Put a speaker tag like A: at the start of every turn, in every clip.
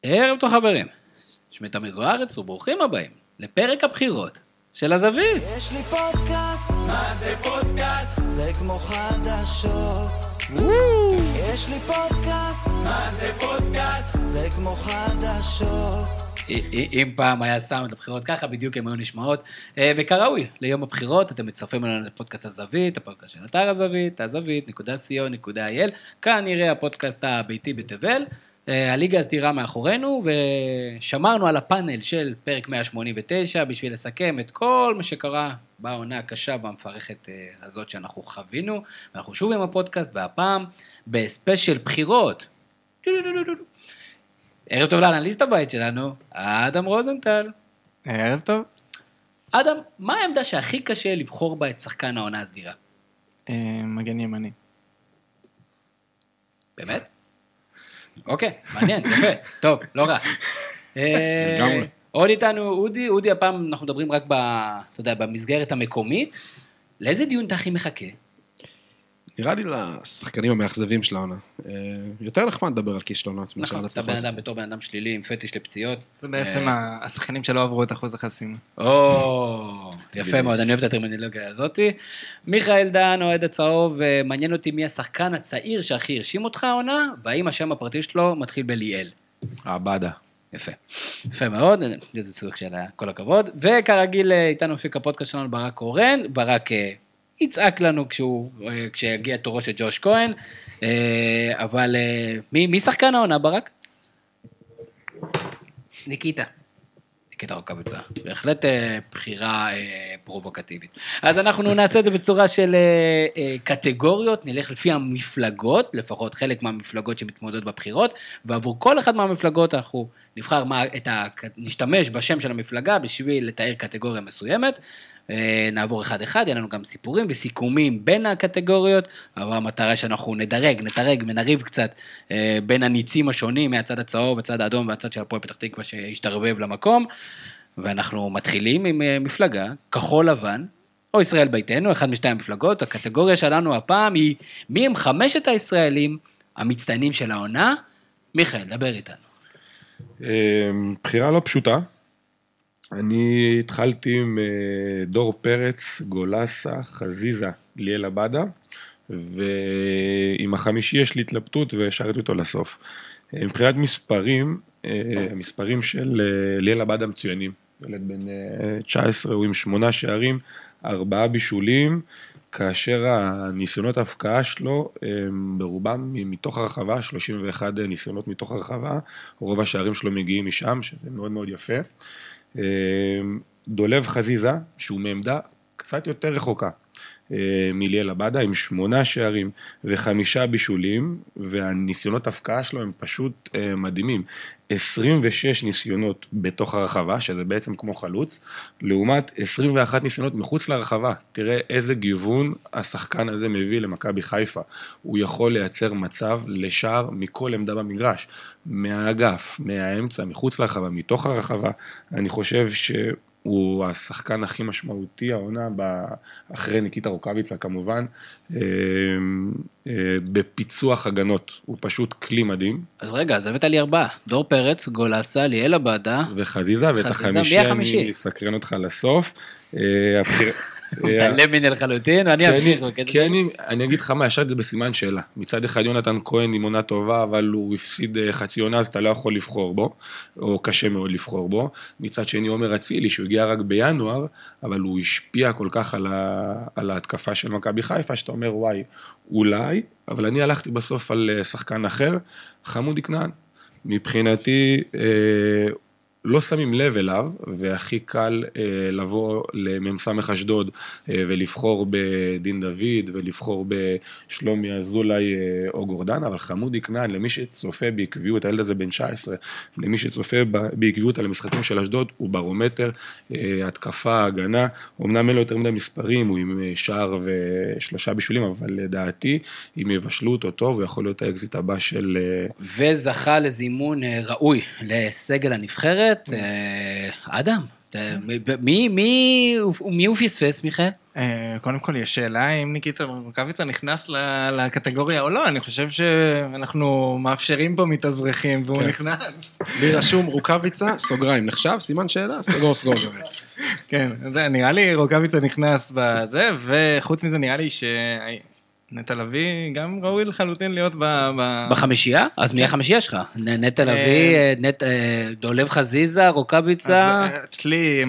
A: ערב טוב חברים, שמי תמיר זוארץ וברוכים הבאים לפרק הבחירות של הזווית.
B: יש לי פודקאסט, מה זה פודקאסט? זה כמו חדשות. יש לי פודקאסט, מה זה פודקאסט? זה כמו חדשות.
A: אם פעם היה סאונד לבחירות ככה, בדיוק הם היו נשמעות, וכראוי, ליום הבחירות אתם מצטרפים אלינו לפודקאסט הזווית, הפודקאסט של אתר הזווית, הזווית.co.il, כאן נראה הפודקאסט הביתי בתבל, הליגה הסדירה מאחורינו, ושמרנו על הפאנל של פרק 189, בשביל לסכם את כל מה שקרה בעונה הקשה והמפרכת הזאת שאנחנו חווינו, ואנחנו שוב עם הפודקאסט, והפעם בספיישל בחירות. ערב טוב לאנליסט הבית שלנו, אדם רוזנטל.
C: ערב טוב.
A: אדם, מה העמדה שהכי קשה לבחור בה את שחקן העונה הסדירה?
C: מגן ימני.
A: באמת? אוקיי, מעניין, יפה, טוב, לא רע. עוד איתנו אודי, הפעם אנחנו מדברים רק במסגרת המקומית. לאיזה דיון אתה הכי מחכה?
D: נראה לי לשחקנים המאכזבים של העונה. יותר נחמד לדבר על כישלונות.
A: נכון, אתה בן אדם בתור בן אדם שלילי עם פטיש לפציעות.
C: זה בעצם השחקנים שלא עברו את אחוז החסימה.
A: יפה מאוד, אני אוהב את הטרמינולוגיה הזאת. מיכאל דן, אוהד הצהוב, מעניין אותי מי השחקן הצעיר שהכי הרשים אותך העונה, והאם השם הפרטי שלו מתחיל בליאל.
D: הבאדה.
A: יפה מאוד, זה סוג של כל הכבוד. וכרגיל איתנו מפיק הפודקאסט שלנו ברק קורן, ברק יצעק לנו כשיגיע תורו של ג'וש כהן, אבל מי שחקן העונה, ברק? ניקיטה רוקאביצה, בהחלט בחירה פרובוקטיבית. אז אנחנו נעשה את זה בצורה של קטגוריות, נלך לפי המפלגות, לפחות חלק מהמפלגות שמתמודדות בבחירות, ועבור כל אחד מהמפלגות אנחנו נבחר נשתמש בשם של המפלגה בשביל לתאר קטגוריה מסוימת, נעבור אחד-אחד, יהיה לנו גם סיפורים וסיכומים בין הקטגוריות, אבל המטרה שאנחנו נדרג, ונריב קצת בין הניצים השונים, מהצד הצהוב, הצד האדום והצד של הפועל פתח תקווה שהשתרבב למקום, ואנחנו מתחילים עם מפלגה, כחול לבן, או ישראל ביתנו, אחד משתי המפלגות. הקטגוריה שלנו הפעם היא, מי הם 5 הישראלים המצטיינים של העונה? מיכאל, דבר איתנו.
E: בחירה לא פשוטה, אני התחלתי עם דור פרץ, גולסה, חזיזה, ליאל הבאדה, ועם החמישי יש לי התלבטות והשארתי אותו לסוף. מבחינת מספרים, המספרים של ליאל הבאדה מצוינים, ילד בן 19, הוא עם 8 שערים, 4 בישולים, כאשר הניסיונות ההפקעה שלו, ברובם מתוך הרחבה, 31 ניסיונות מתוך הרחבה, רוב השערים שלו מגיעים משם, שזה מאוד מאוד יפה. דולב חזיזה, שהוא מעמדה קצת יותר רחוקה מליאל הבאדה, עם 8 שערים ו5 בישולים, והניסיונות הפקעה שלו הם פשוט מדהימים. 26 ניסיונות בתוך הרחבה, שזה בעצם כמו חלוץ, לעומת 21 ניסיונות מחוץ לרחבה. תראה איזה גיוון השחקן הזה מביא למכבי חיפה. הוא יכול לייצר מצב לשער מכל עמדה במגרש, מהאגף, מהאמצע, מחוץ לרחבה, מתוך הרחבה. אני חושב הוא השחקן הכי משמעותי, העונה, אחרי ניקיטה רוקאביצה כמובן, בפיצוח הגנות, הוא פשוט כלי מדהים.
A: אז רגע, אז הבאת לי 4, דור פרץ, גולסה, ליאל הבאדה,
E: וחזיזה, ואת החמישי, אני אסקרן אותך לסוף.
A: הוא תעלם מן לחלוטין, ואני אמשיך.
E: כי אני אגיד לך מה, ישר את זה בסימן שאלה. מצד אחד יונתן כהן עם עונה טובה, אבל הוא הפסיד חצי עונה, אז אתה לא יכול לבחור בו, או קשה מאוד לבחור בו. מצד שני עומר אצילי, שהוא הגיע רק בינואר, אבל הוא השפיע כל כך על ההתקפה של מכבי חיפה, שאתה אומר וואי, אולי, אבל אני הלכתי בסוף על שחקן אחר, חמודי כנען. מבחינתי, לא שמים לב אליו, והכי קל לבוא לממסמך אשדוד ולבחור בדין דוד ולבחור בשלומי אזולאי או גורדן, אבל חמודי כנען, למי שצופה בעקביות, הילד הזה בן 19, למי שצופה בעקביות על המשחקים של אשדוד, הוא ברומטר, התקפה, הגנה, אמנם אין לו יותר מדי מספרים, הוא עם שער ו3 בישולים, אבל לדעתי, אם יבשלו אותו טוב, הוא יכול להיות האקזיט הבא של...
A: וזכה לזימון ראוי לסגל הנבחרת, אדם, מי הוא פספס, מיכאל?
C: קודם כל, יש שאלה אם ניקיטה רוקאביצה נכנס לקטגוריה או לא, אני חושב שאנחנו מאפשרים פה מתאזרחים, והוא נכנס.
D: לי רשום רוקאביצה, סוגריים, נחשב, סימן שאלה, סגור.
C: כן, נראה לי רוקאביצה נכנס בזה, וחוץ מזה נראה לי נטע לביא גם ראוי לחלוטין להיות
A: בחמישייה? אז מי החמישייה שלך? נטע לביא, דולב חזיזה, רוקאביצה?
C: אצלי,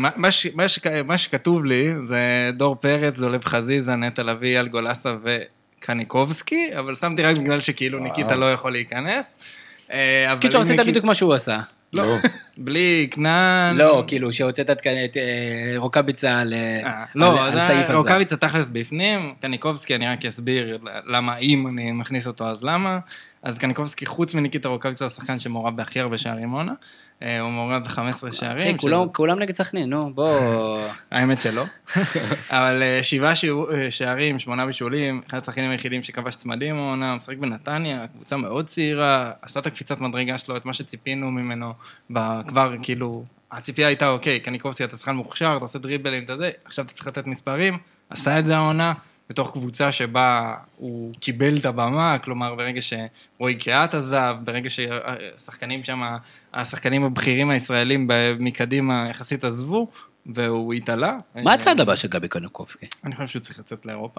C: מה שכתוב לי זה דור פרץ, דולב חזיזה, נטע לביא, אל גולסה וקניקובסקי, אבל שמתי רק בגלל שכאילו ניקיטה לא יכול להיכנס.
A: קיצור, עשית בדיוק מה שהוא עשה.
C: לא, בלי כנען.
A: לא, כאילו, שהוצאת את רוקאביצה על סעיף הזה.
C: רוקאביצה תכלס בפנים, קניקובסקי, אני רק אסביר למה, אם אני מכניס אותו, אז למה. אז קניקובסקי, חוץ מניקיטה רוקאביצה, הוא שחקן שמעורב בהכי הרבה שערים עונה. הוא מעורב ב-15 שערים.
A: כולם נגד סכנין, נו, בוא.
C: האמת שלא. אבל 7 שערים, 8 בישולים, אחד השחקנים היחידים שכבש צמדים העונה, משחק בנתניה, קבוצה מאוד צעירה, עשה את הקפיצת מדרגה שלו, את מה שציפינו ממנו, כבר כאילו, הציפייה הייתה, אוקיי, קניקובסקי, אתה שחקן מוכשר, אתה עושה דריבלים, אתה זה, עכשיו אתה צריך לתת מספרים, עשה את זה העונה, בתוך קבוצה שבה הוא קיבל את הבמה, כלומר, ברגע שרועי קיאט עזב, ברגע ששחקנים שם, השחקנים הבכירים הישראלים מקדימה יחסית עזבו, והוא התעלה.
A: מה הצעד הבא של גבי קניקובסקי?
C: אני חושב שהוא צריך לצאת לאירופה.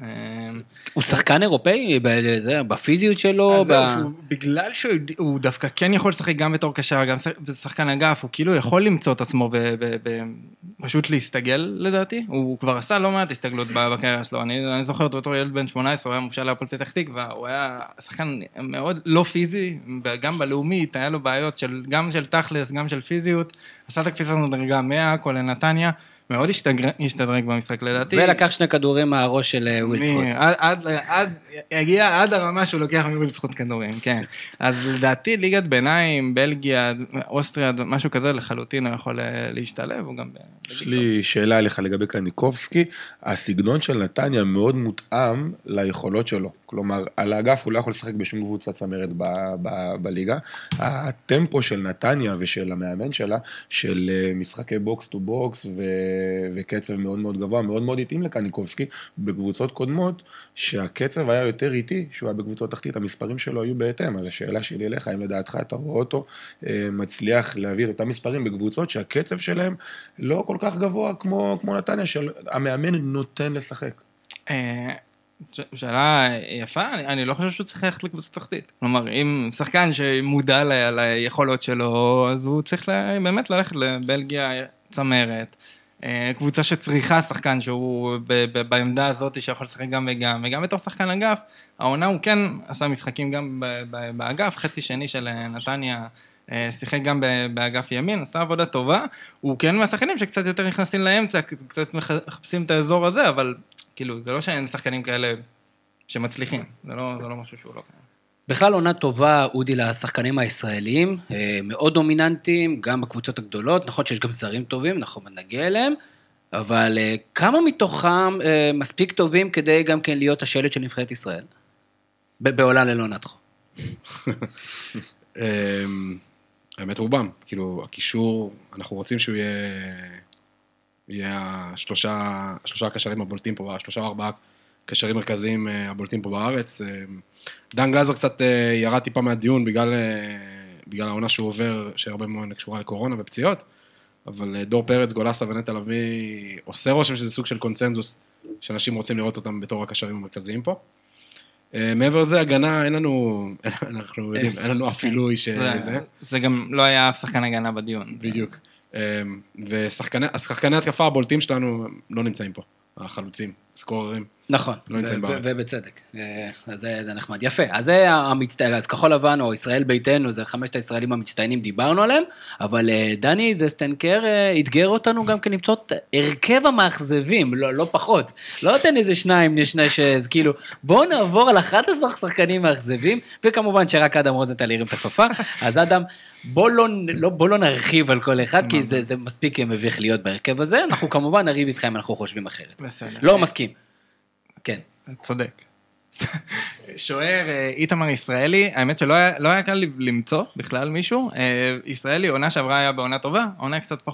A: הוא שחקן אירופאי בפיזיות שלו?
C: אז זהו, בגלל שהוא דווקא כן יכול לשחק גם בתור קשר, גם בשחקן אגף, הוא כאילו יכול למצוא את עצמו פשוט להסתגל לדעתי, הוא כבר עשה לא מעט הסתגלות בקריירה שלו, אני זוכר אותו בתור ילד בן 18, הוא היה מושל להפועל פתח תקווה, הוא היה שחקן מאוד לא פיזי, גם בלאומית, היה לו בעיות גם של תכלס, גם של פיזיות, עשה את הקפיצת מדרגה מעכו לנתניה, מאוד השתדרג במשחק לדעתי.
A: ולקח 2 כדורים מהראש של ווילדסחוט.
C: הגיע עד הרמה שהוא לוקח מווילדסחוט כדורים, כן. אז לדעתי ליגת ביניים, בלגיה, אוסטריה, משהו כזה לחלוטין הוא יכול להשתלב.
E: יש לי שאלה עליך לגבי קניקובסקי, הסגנון של נתניה מאוד מותאם ליכולות שלו. כלומר, על האגף הוא לא יכול לשחק בשום קבוצה צמרת בליגה. הטמפו של נתניה ושל המאמן שלה, של משחקי בוקס טו בוקס וקצב מאוד מאוד גבוה, מאוד מאוד התאים לקניקובסקי, בקבוצות קודמות, שהקצב היה יותר איטי, שהוא היה בקבוצות תחתית, המספרים שלו היו בהתאם, אז השאלה שלי אליך, אם לדעתך אתה רואה אותו, מצליח להעביר את המספרים בקבוצות שהקצב שלהם לא כל כך גבוה כמו נתניה, שהמאמן נותן לשחק.
C: שאלה יפה, אני לא חושב שהוא צריך ללכת לקבוצה תחתית. כלומר, אם שחקן שמודע ליכולות שלו, אז הוא צריך באמת ללכת לבלגיה צמרת. קבוצה שצריכה שחקן שהוא בעמדה הזאת שיכול לשחק גם וגם בתור שחקן אגף. העונה הוא כן עשה משחקים גם באגף, חצי שני של נתניה, שיחק גם באגף ימין, עשה עבודה טובה. הוא כן מהשחקנים שקצת יותר נכנסים לאמצע, קצת מחפשים את האזור הזה, אבל כאילו, זה לא שאין שחקנים כאלה שמצליחים, זה לא משהו שהוא לא קיים.
A: בכלל עונה טובה, אודי, לשחקנים הישראלים, מאוד דומיננטיים, גם בקבוצות הגדולות, נכון שיש גם זרים טובים, נכון, נגיע אליהם, אבל כמה מתוכם מספיק טובים כדי גם כן להיות השלט של נבחרת ישראל? בעולם ללא נתחו.
D: האמת רובם, כאילו, הקישור, אנחנו רוצים שהוא יהיה השלושה הקשרים הבולטים פה, 3 או 4 קשרים מרכזיים הבולטים פה בארץ. דן גלזר קצת ירד טיפה מהדיון בגלל העונה שהוא עובר, שהרבה מאוד קשורה לקורונה ופציעות, אבל דור פרץ, גולסה ונטע לביא עושה רושם שזה סוג של קונצנזוס, שאנשים רוצים לראות אותם בתור הקשרים המרכזיים פה. מעבר לזה, הגנה, אנחנו יודעים, אין לנו אפילו שזה.
C: זה גם לא היה אף שחקן הגנה בדיון.
D: בדיוק. ושחקני התקפה הבולטים שלנו לא נמצאים פה, החלוצים, סקוררים.
A: נכון,
D: לא נמצאים בארץ.
A: ובצדק. אז זה נחמד. יפה. אז זה המצטיין, אז כחול לבן או ישראל ביתנו, זה 5 הישראלים המצטיינים, דיברנו עליהם, אבל דני זסטנקר התגר אותנו גם כן למצוא הרכב המאכזבים, לא פחות. לא נותן איזה 2, כאילו, בואו נעבור על 11 שחקנים מאכזבים, וכמובן שרק אדם רוזנטל ירים את הכפפה, אז אדם, בוא לא נרחיב על כל אחד, כי זה מספיק מביך להיות בהרכב הזה, אנחנו כמובן נריב איתך אם אנחנו חושבים אחרת.
C: בסדר.
A: לא מסכים. כן.
C: צודק. שוער איתמר ישראלי, האמת שלא היה קל למצוא בכלל מישהו. ישראלי, עונה שעברה היה בעונה טובה, עונה קצת פחות.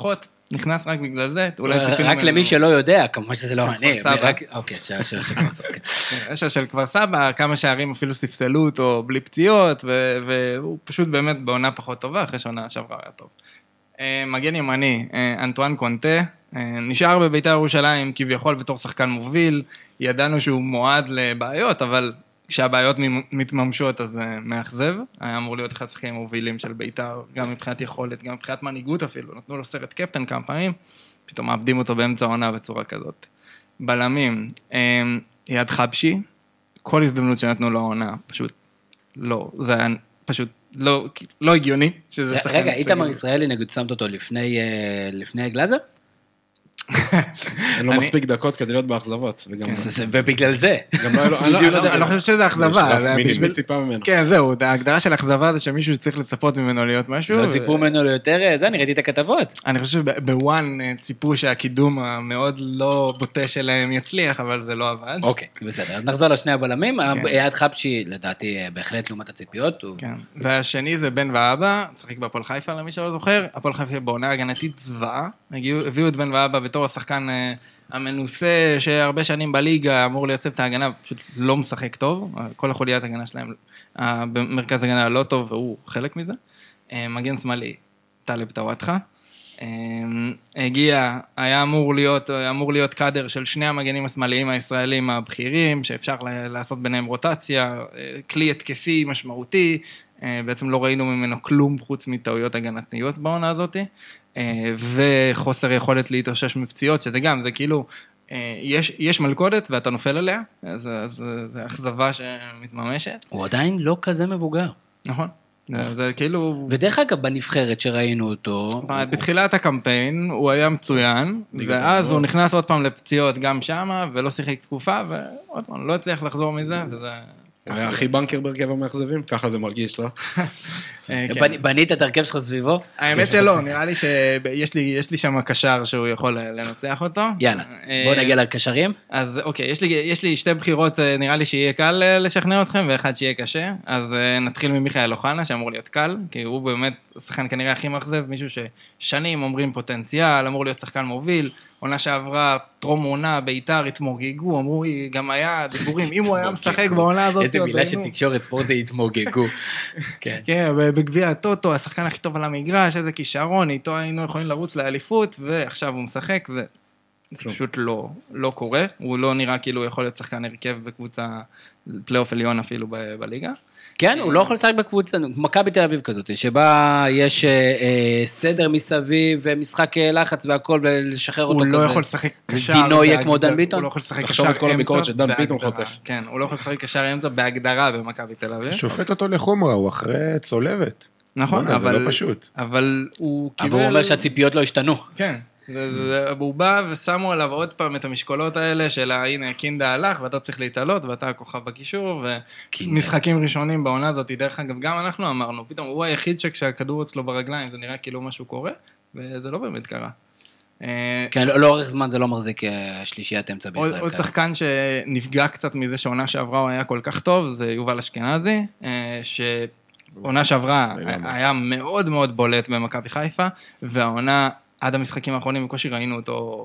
C: נכנס רק בגלל זה, אולי ציפינו
A: רק
C: ממנו.
A: למי שלא יודע, כמובן שזה לא אני.
C: סבא.
A: אוקיי, של כפר סבא, כן.
C: השע של כפר סבא, כמה שערים אפילו ספסלו אותו בלי פציעות, והוא פשוט באמת בעונה פחות טובה, אחרי שעונה שעברה היה טוב. מגן ימני, אנטואן קונטה, נשאר בבית"ר ירושלים כביכול בתור שחקן מוביל, ידענו שהוא מועד לבעיות, אבל כשהבעיות מתממשות אז מאכזב, היה אמור להיות אחד השחקנים מובילים של בית"ר, גם מבחינת יכולת, גם מבחינת מנהיגות אפילו, נתנו לו סרט קפטן כמה פעמים, פתאום מאבדים אותו באמצע העונה בצורה כזאת. בלמים, יד חבשי, כל הזדמנות שנתנו לו העונה, פשוט לא, זה היה פשוט לא הגיוני, שזה שחקן...
A: רגע, איתמר ישראלי נגיד שמת אותו לפני גלאזר?
D: אין לו מספיק דקות כדי להיות באכזבות.
A: ובגלל זה.
C: אני לא חושב שזה אכזבה.
D: בשביל ציפה ממנו.
C: כן, זהו, ההגדרה של אכזבה זה שמישהו שצריך לצפות ממנו להיות משהו.
A: לא ציפו ממנו ליותר, זה, אני ראיתי את הכתבות.
C: אני חושב שבוואן ציפו שהקידום המאוד לא בוטה שלהם יצליח, אבל זה לא עבד.
A: אוקיי, בסדר. אז נחזור לשני הבלמים. יד חבשי, לדעתי, בהחלט לעומת הציפיות.
C: כן, והשני זה בן ואבא, משחק בהפועל חיפה למי שלא זוכר. הפועל חיפה בעונה הגנתית זוועה. הביאו את בן ואבא בתור השחקן המנוסה שהרבה שנים בליגה אמור לייצב את ההגנה, פשוט לא משחק טוב, כל החוליית ההגנה שלהם במרכז ההגנה לא טוב והוא חלק מזה. מגן שמאלי, טלב טוואטחה. היה אמור להיות קאדר של שני המגנים השמאליים הישראלים הבכירים, שאפשר לעשות ביניהם רוטציה, כלי התקפי משמעותי, בעצם לא ראינו ממנו כלום חוץ מטעויות הגנתיות בעונה הזאת. וחוסר יכולת להתאושש מפציעות, שזה גם, זה כאילו, יש מלכודת ואתה נופל עליה, אז זה אכזבה שמתממשת.
A: הוא עדיין לא כזה מבוגר.
C: נכון. זה כאילו...
A: ודרך אגב, בנבחרת שראינו אותו...
C: בתחילת הקמפיין הוא היה מצוין, ואז הוא נכנס עוד פעם לפציעות גם שמה, ולא שיחק תקופה, ועוד פעם, לא הצליח לחזור מזה, וזה...
D: היה הכי בנקר בהרכב המאכזבים, ככה זה מרגיש, לא?
A: בנית את הרכב שלך סביבו?
C: האמת שלא, נראה לי שיש לי שם קשר שהוא יכול לנצח אותו.
A: יאללה, בוא נגיע לקשרים.
C: אז אוקיי, יש לי שתי בחירות, נראה לי שיהיה קל לשכנע אתכם, ואחד שיהיה קשה. אז נתחיל ממיכאל אוחנה, שאמור להיות קל, כי הוא באמת שחקן כנראה הכי מאכזב, מישהו ששנים אומרים פוטנציאל, אמור להיות שחקן מוביל, עונה שעברה, טרום עונה, ביתר, התמוגגו, אמרו, גם היה דיבורים, אם הוא היה משחק בעונה הזאת...
A: איזה מילה שתקשורת ספורט זה התמוגגו.
C: כן, בגביע הטוטו, השחקן הכי טוב על המגרש, איזה כישרון, איתו היינו יכולים לרוץ לאליפות, ועכשיו הוא משחק, וזה פשוט לא קורה, הוא לא נראה כאילו הוא יכול להיות שחקן הרכב בקבוצה פלייאוף עליון אפילו בליגה.
A: כן, הוא לא יכול לשחק בקבוצה, מכבי תל אביב כזאת, שבה יש סדר מסביב, ומשחק לחץ והכל, ולשחרר אותו כזה.
C: הוא לא יכול לשחק קשר.
A: דינו יהיה כמו דן ביטון?
C: הוא לא יכול לשחק קשר
D: תחשוב את כל הביקורת
C: אמצע.
D: שדן ביטון חוטף.
C: כן, הוא לא יכול לשחק קשר אמצע בהגדרה במכבי תל אביב.
E: שופט אותו לחומרה, הוא אחרי צולבת.
C: נכון,
E: זה לא פשוט.
C: אבל הוא קיבל...
A: אבל הוא אומר שהציפיות לא השתנו.
C: כן. הוא בא ושמו עליו עוד פעם את המשקולות האלה של הנה קינדה הלך ואתה צריך להתעלות ואתה הכוכב בקישור ומשחקים ראשונים בעונה הזאת, דרך אגב גם אנחנו אמרנו, פתאום הוא היחיד שכשהכדור אצלו ברגליים זה נראה כאילו משהו קורה וזה לא באמת קרה.
A: כן, לאורך זמן זה לא מחזיק שלישיית אמצע בישראל.
C: עוד שחקן שנפגע קצת מזה שעונה שעברה הוא היה כל כך טוב, זה יובל אשכנזי, שעונה שעברה היה מאוד מאוד בולט במכבי חיפה, והעונה עד המשחקים האחרונים בקושי ראינו אותו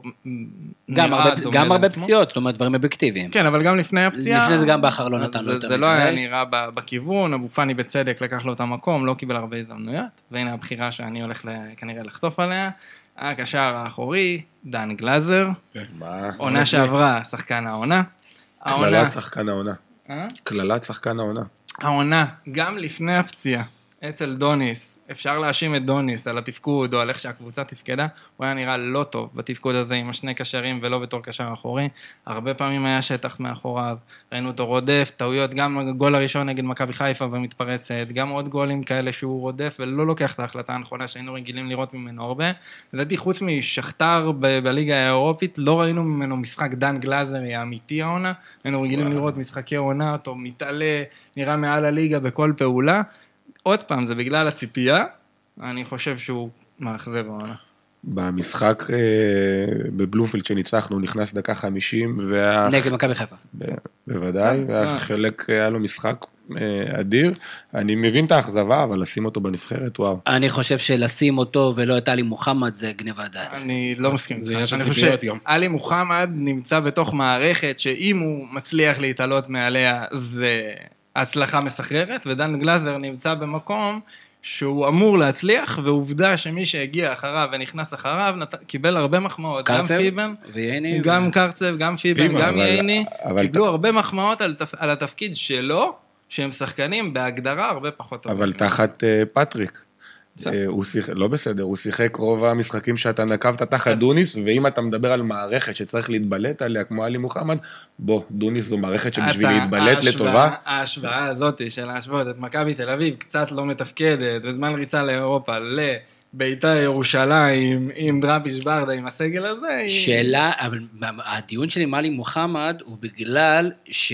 A: גם הרבה פציעות, זאת אומרת דברים אובייקטיביים.
C: כן, אבל גם לפני הפציעה...
A: לפני זה גם באחר לא נתן לו יותר.
C: זה לא היה נראה בכיוון, אבו פאני בצדק לקח לו את המקום, לא קיבל הרבה הזדמנויות, והנה הבחירה שאני הולך כנראה לחטוף עליה. הקשר האחורי, דן גלאזר, עונה שעברה, שחקן העונה.
E: כללת שחקן העונה. כללת שחקן העונה.
C: העונה, גם לפני הפציעה. אצל דוניס, אפשר להאשים את דוניס על התפקוד או על איך שהקבוצה תפקדה, הוא היה נראה לא טוב בתפקוד הזה עם השני קשרים ולא בתור קשר אחורי, הרבה פעמים היה שטח מאחוריו, ראינו אותו רודף, טעויות, גם הגול הראשון נגד מכבי חיפה ומתפרצת, גם עוד גולים כאלה שהוא רודף ולא לוקח את ההחלטה הנכונה שהיינו רגילים לראות ממנו הרבה, לדעתי חוץ משכתר בליגה האירופית, לא ראינו ממנו משחק דן גלאזרי האמיתי העונה, היינו רגילים לראות משחקי עונה, אותו מתעלה, נראה מעל הליגה בכל פעולה, עוד פעם, זה בגלל הציפייה, אני חושב שהוא מאכזב העונה.
E: במשחק בבלומפילד שניצחנו, הוא נכנס דקה 50,
A: נגד מכבי חיפה.
E: בוודאי, חלק היה לו משחק אדיר. אני מבין את האכזבה, אבל לשים אותו בנבחרת, וואו.
A: אני חושב שלשים אותו ולא את עלי מוחמד זה גניבת דעת.
C: אני לא מסכים.
D: זה עניין של
C: אני
D: ציפיות
C: חושב
D: גם.
C: עלי מוחמד נמצא בתוך מערכת שאם הוא מצליח להתעלות מעליה, זה הצלחה מסחררת, ודן גלזר נמצא במקום שהוא אמור להצליח, ועובדה שמי שהגיע אחריו ונכנס אחריו, קיבל הרבה מחמאות, גם פיבן, גם קרצב, גם פיבן, גם ייני, קיבלו הרבה מחמאות על התפקיד שלו, שהם שחקנים בהגדרה הרבה פחות טובים.
E: אבל תחת פטריק. הוא שיחק, לא בסדר, הוא שיחק רוב המשחקים שאתה נקבת תחת דוניס, ואם אתה מדבר על מערכת שצריך להתבלט עליה, כמו עלי מוחמד, בוא, דוניס זו מערכת שבשביל להתבלט לטובה.
C: ההשוואה הזאת של להשוות את מכבי תל אביב, קצת לא מתפקדת, בזמן ריצה לאירופה, לבית"ר ירושלים, עם דראפיש ברדה, עם הסגל הזה.
A: שאלה, אבל הדיון שלי עם עלי מוחמד הוא בגלל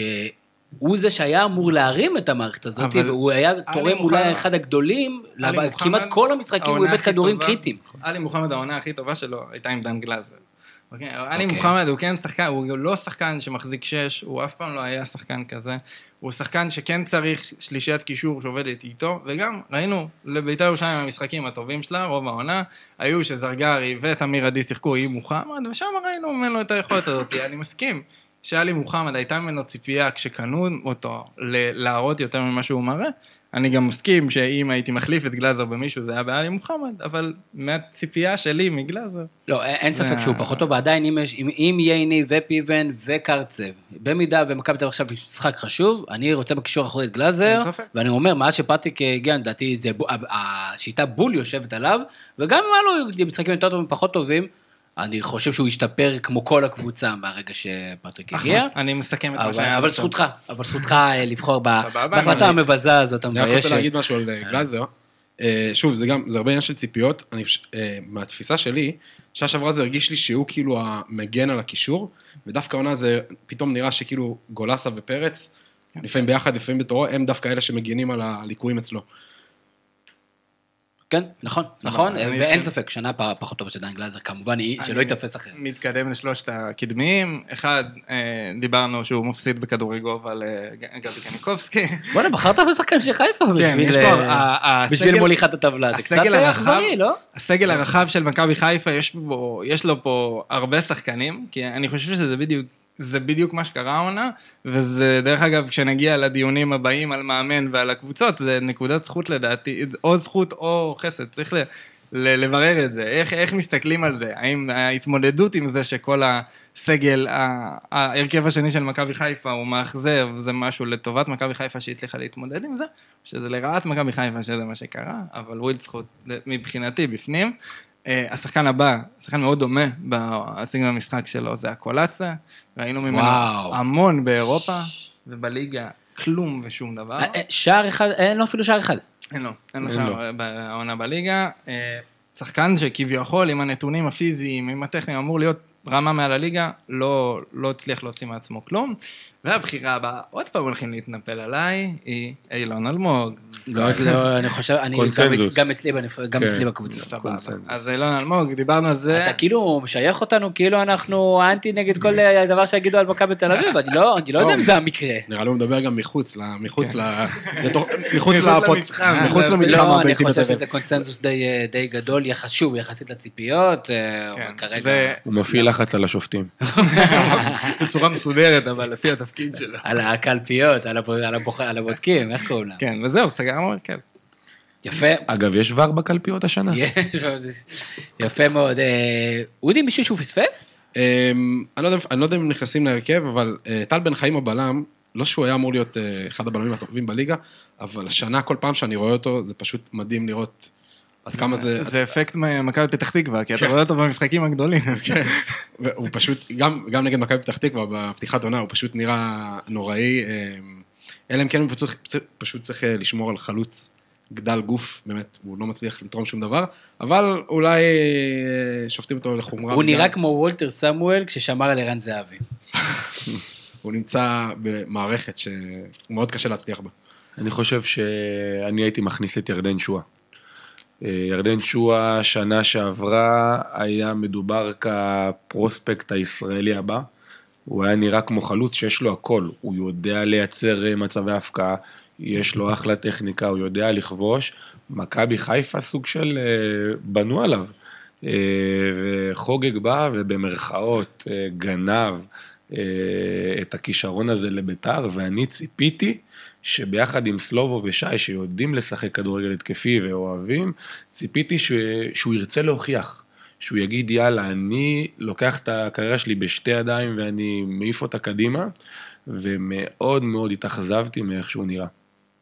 A: הוא זה שהיה אמור להרים את המערכת הזאת, והוא היה תורם אולי אחד הגדולים, כמעט כל המשחקים הוא איבד כדורים קריטיים.
C: עלי מוחמד העונה הכי טובה שלו הייתה עם דן גלזר. עלי מוחמד הוא כן שחקן, הוא לא שחקן שמחזיק 6, הוא אף פעם לא היה שחקן כזה, הוא שחקן שכן צריך שלישיית קישור שעובדת איתו, וגם ראינו לבית"ר ירושלים המשחקים הטובים שלה, רוב העונה, היו שזרגרי ותמיר עדי שיחקו עם מוחמד, ושם ראינו ממנו את היכולת הזאת. אני מסכים שעלי מוחמד הייתה ממנו ציפייה כשקנו אותו להראות יותר ממה שהוא מראה. אני גם מסכים שאם הייתי מחליף את גלזר במישהו זה היה בעלי מוחמד, אבל מהציפייה שלי מגלזר.
A: לא, אין ספק שהוא פחות טוב, ועדיין אם ייני ופיבן וקרצב, במידה ומכבי תל אביב עכשיו משחק חשוב, אני רוצה בקישור האחורי את גלזר, ואני אומר, מאז שפטריק הגיע, לדעתי, השיטה בול יושבת עליו, וגם אם היה לו משחקים יותר טובים ופחות טובים, אני חושב שהוא ישתפר כמו כל הקבוצה מהרגע שפטריק הגיע.
C: אני מסכם את מה שהיה.
A: אבל זכותך לבחור בהחלטה המבזה הזאת,
D: המביישת. אני רוצה להגיד משהו על גלזר. שוב, זה הרבה עניין של ציפיות. מהתפיסה שלי, שעברה זה הרגיש לי שהוא כאילו המגן על הקישור, ודווקא עונה זה פתאום נראה שכאילו גולסה ופרץ, לפעמים ביחד, לפעמים בתורו, הם דווקא אלה שמגנים על הליקויים אצלו.
A: כן, נכון, ואין ספק, שנה פחות טובה של דן גלזר, כמובן שלא יתאפס אחר.
C: מתקדם לשלושת הקדמיים, אחד, דיברנו שהוא מפסיד בכדורי גובה לגבי קניקובסקי.
A: בוא'נה, בחרת בשחקן של חיפה בשביל מוליכת הטבלה, זה קצת אכזרי, לא?
C: הסגל הרחב של מכבי חיפה, יש לו פה הרבה שחקנים, כי אני חושב זה בדיוק מה שקרה העונה, וזה דרך אגב, כשנגיע לדיונים הבאים על מאמן ועל הקבוצות, זה נקודת זכות לדעתי, או זכות או חסד, צריך לברר את זה, איך מסתכלים על זה, האם ההתמודדות עם זה שכל הסגל, ההרכב השני של מכבי חיפה הוא מאכזב, זה משהו לטובת מכבי חיפה שהצליחה להתמודד עם זה, שזה לרעת מכבי חיפה שזה מה שקרה, אבל ווילד זכות מבחינתי בפנים, השחקן הבא, שחקן מאוד דומה בסגנון המשחק שלו, זה הקולצה, ראינו ממנו המון באירופה, ובליגה כלום ושום דבר.
A: שער אחד, אין לו אפילו שער אחד.
C: אין לו שער בעונה בליגה, שחקן שכביכול עם הנתונים הפיזיים, עם הטכניים, אמור להיות רמה מעל הליגה, לא הצליח להוציא מעצמו כלום, והבחירה הבאה, עוד פעם הולכים להתנפל עליי, היא אילון אלמוג.
A: לא, אני חושב, גם אצלי בקבוצה.
C: סבבה. אז אילון אלמוג, דיברנו על זה.
A: אתה כאילו משייך אותנו, כאילו אנחנו אנטי נגד כל דבר שיגידו על מכבי בתל אביב, אני לא יודע אם זה המקרה.
D: נראה לי הוא מדבר גם מחוץ
A: למתחם. אני חושב שזה קונצנזוס די גדול, שוב, יחסית לציפיות,
E: הוא מפעיל לחץ על השופטים.
C: בצורה מסודרת, אבל לפי התפקיד שלו.
A: על הקלפיות, על הבודקים, איך קוראים לה?
C: כן, וזהו, סגרנו הרכב.
A: יפה.
E: אגב, יש ור בקלפיות השנה?
A: יפה מאוד. אודי, מישהו שהוא פספס?
D: אני לא יודע אם נכנסים להרכב, אבל טל בן חיים הבלם, לא שהוא היה אמור להיות אחד הבלמים הטובים בליגה, אבל השנה, כל פעם שאני רואה אותו, זה פשוט מדהים לראות עד כמה זה...
C: זה אפקט מכבי פתח תקווה, כי אתה רואה אותו במשחקים הגדולים.
D: והוא פשוט, גם נגד מכבי פתח תקווה, בפתיחת עונה, הוא פשוט נראה נוראי, אלא אם כן הוא פשוט צריך לשמור על חלוץ גדל גוף, באמת, הוא לא מצליח לתרום שום דבר, אבל אולי שופטים אותו לחומרה.
A: הוא נראה כמו וולטר סמואל כששמר על ערן זהבי.
D: הוא נמצא במערכת שמאוד קשה להצליח בה.
E: אני חושב שאני הייתי מכניס את ירדן שואה. ירדן שואה שנה שעברה היה מדובר כפרוספקט הישראלי הבא, הוא היה נראה כמו חלוץ שיש לו הכל, הוא יודע לייצר מצבי הפקעה, יש לו אחלה טכניקה, הוא יודע לכבוש, מכבי חיפה סוג של בנו עליו, וחוגג בא ובמרכאות גנב את הכישרון הזה לביתר, ואני ציפיתי שביחד עם סלובו ושי שיודעים לשחק כדורגל התקפי ואוהבים, ציפיתי שהוא ירצה להוכיח, שהוא יגיד יאללה, אני לוקח את הקריירה שלי בשתי ידיים ואני מעיף אותה קדימה, ומאוד מאוד התאכזבתי מאיך שהוא נראה.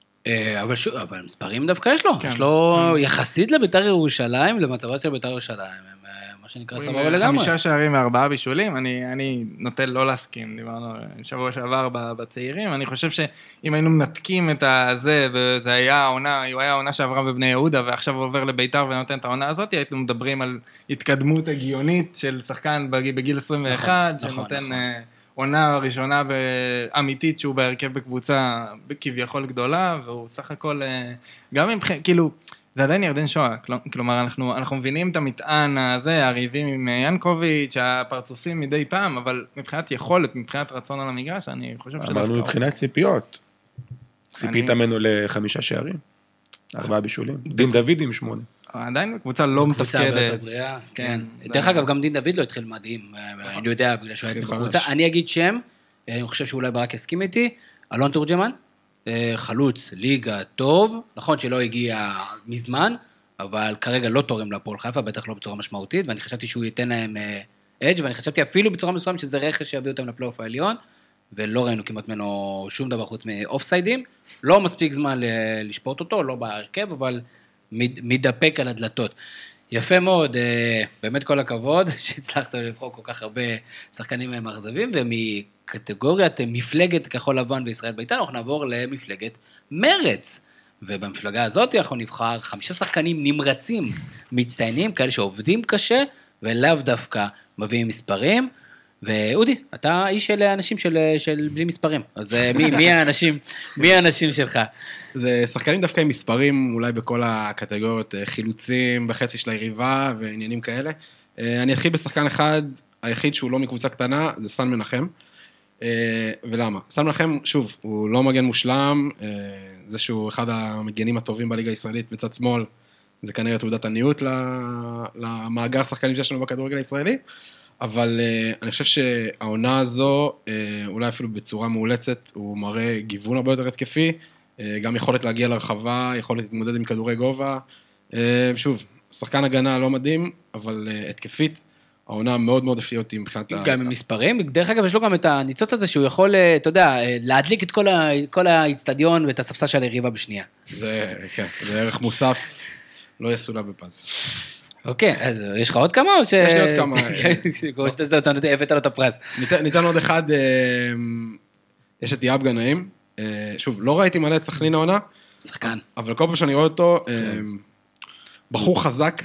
A: אבל מספרים דווקא יש לו, יש לו יחסית לביתר ירושלים, למצבה של ביתר ירושלים, מה שנקרא סבבה לגמרי.
C: 5 שערים ו4 בישולים, אני נוטה לא להסכים, דיברנו שבוע שעבר בצעירים, אני חושב שאם היינו מנתקים את הזה, וזה היה העונה, הוא היה העונה שעברה בבני יהודה, ועכשיו הוא עובר לביתר ונותן את העונה הזאת, היינו מדברים על התקדמות הגיונית של שחקן בגיל 21, שנותן עונה ראשונה ואמיתית שהוא בהרכב בקבוצה כביכול גדולה, והוא סך הכל, גם עם, כאילו, זה עדיין ירדן שואה, כלומר, אנחנו מבינים את המטען הזה, הריבים עם ינקוביץ', הפרצופים מדי פעם, אבל מבחינת יכולת, מבחינת רצון על המגרש, אני חושב שדווקא...
E: אמרנו מבחינת ציפיות. ציפית ממנו ל5 שערים, 4 בישולים. דין דוד עם 8.
C: עדיין בקבוצה לא מתפקדת.
A: כן. דרך אגב, גם דין דוד לא התחיל מדהים, אני יודע, בגלל שהוא היה בקבוצה. אני אגיד שם, אני חושב שאולי ברק יסכים איתי, אלון תורג'מן, חלוץ, ליגה, טוב, נכון שלא הגיע מזמן, אבל כרגע לא תורם להפועל חיפה, בטח לא בצורה משמעותית, ואני חשבתי שהוא ייתן להם אדג', ואני חשבתי אפילו בצורה מסוימת שזה רכש שיביא אותם לפלייאוף העליון, ולא ראינו כמעט ממנו שום דבר חוץ מאופסיידים, לא מספיק זמן לשפוט אותו, לא בהרכב, אבל מדפק על הדלתות. יפה מאוד, באמת כל הכבוד, שהצלחת לבחור כל כך הרבה שחקנים מאכזבים, ומקטגוריית מפלגת כחול לבן בישראל בית"ר, אנחנו נעבור למפלגת מרץ, ובמפלגה הזאת אנחנו נבחר 5 שחקנים נמרצים, מצטיינים, כאלה שעובדים קשה, ולאו דווקא מביאים מספרים, ואודי, אתה איש של אנשים של בלי מספרים, אז מי האנשים שלך?
D: זה שחקנים דווקא עם מספרים, אולי בכל הקטגוריות, חילוצים בחצי של היריבה ועניינים כאלה. אני אתחיל בשחקן אחד, היחיד שהוא לא מקבוצה קטנה, זה סן מנחם. ולמה? סן מנחם, שוב, הוא לא מגן מושלם, זה שהוא אחד המגנים הטובים בליגה הישראלית בצד שמאל, זה כנראה תעודת עניות למאגר שחקנים שיש לנו בכדורגל הישראלי, אבל אני חושב שהעונה הזו, אולי אפילו בצורה מאולצת, הוא מראה גיוון הרבה יותר התקפי, גם יכולת להגיע לרחבה, יכולת להתמודד עם כדורי גובה. שוב, שחקן הגנה לא מדהים, אבל התקפית, העונה מאוד מאוד הפתיעה אותי מבחינת...
A: גם עם מספרים, דרך אגב יש לו גם את הניצוץ הזה שהוא יכול, אתה יודע, להדליק את כל האצטדיון ואת הספסל של היריבה בשנייה.
D: זה ערך מוסף, לא יסולא בפז.
A: אוקיי, אז יש לך עוד כמה או ש...
D: יש לי עוד כמה.
A: כמו שאתה הבאת לו את הפרס.
D: ניתן עוד אחד, יש את יאב גנאים, שוב, לא ראיתי מלא את סכנין העונה,
A: שחקן.
D: אבל כל פעם שאני רואה אותו, בחור חזק,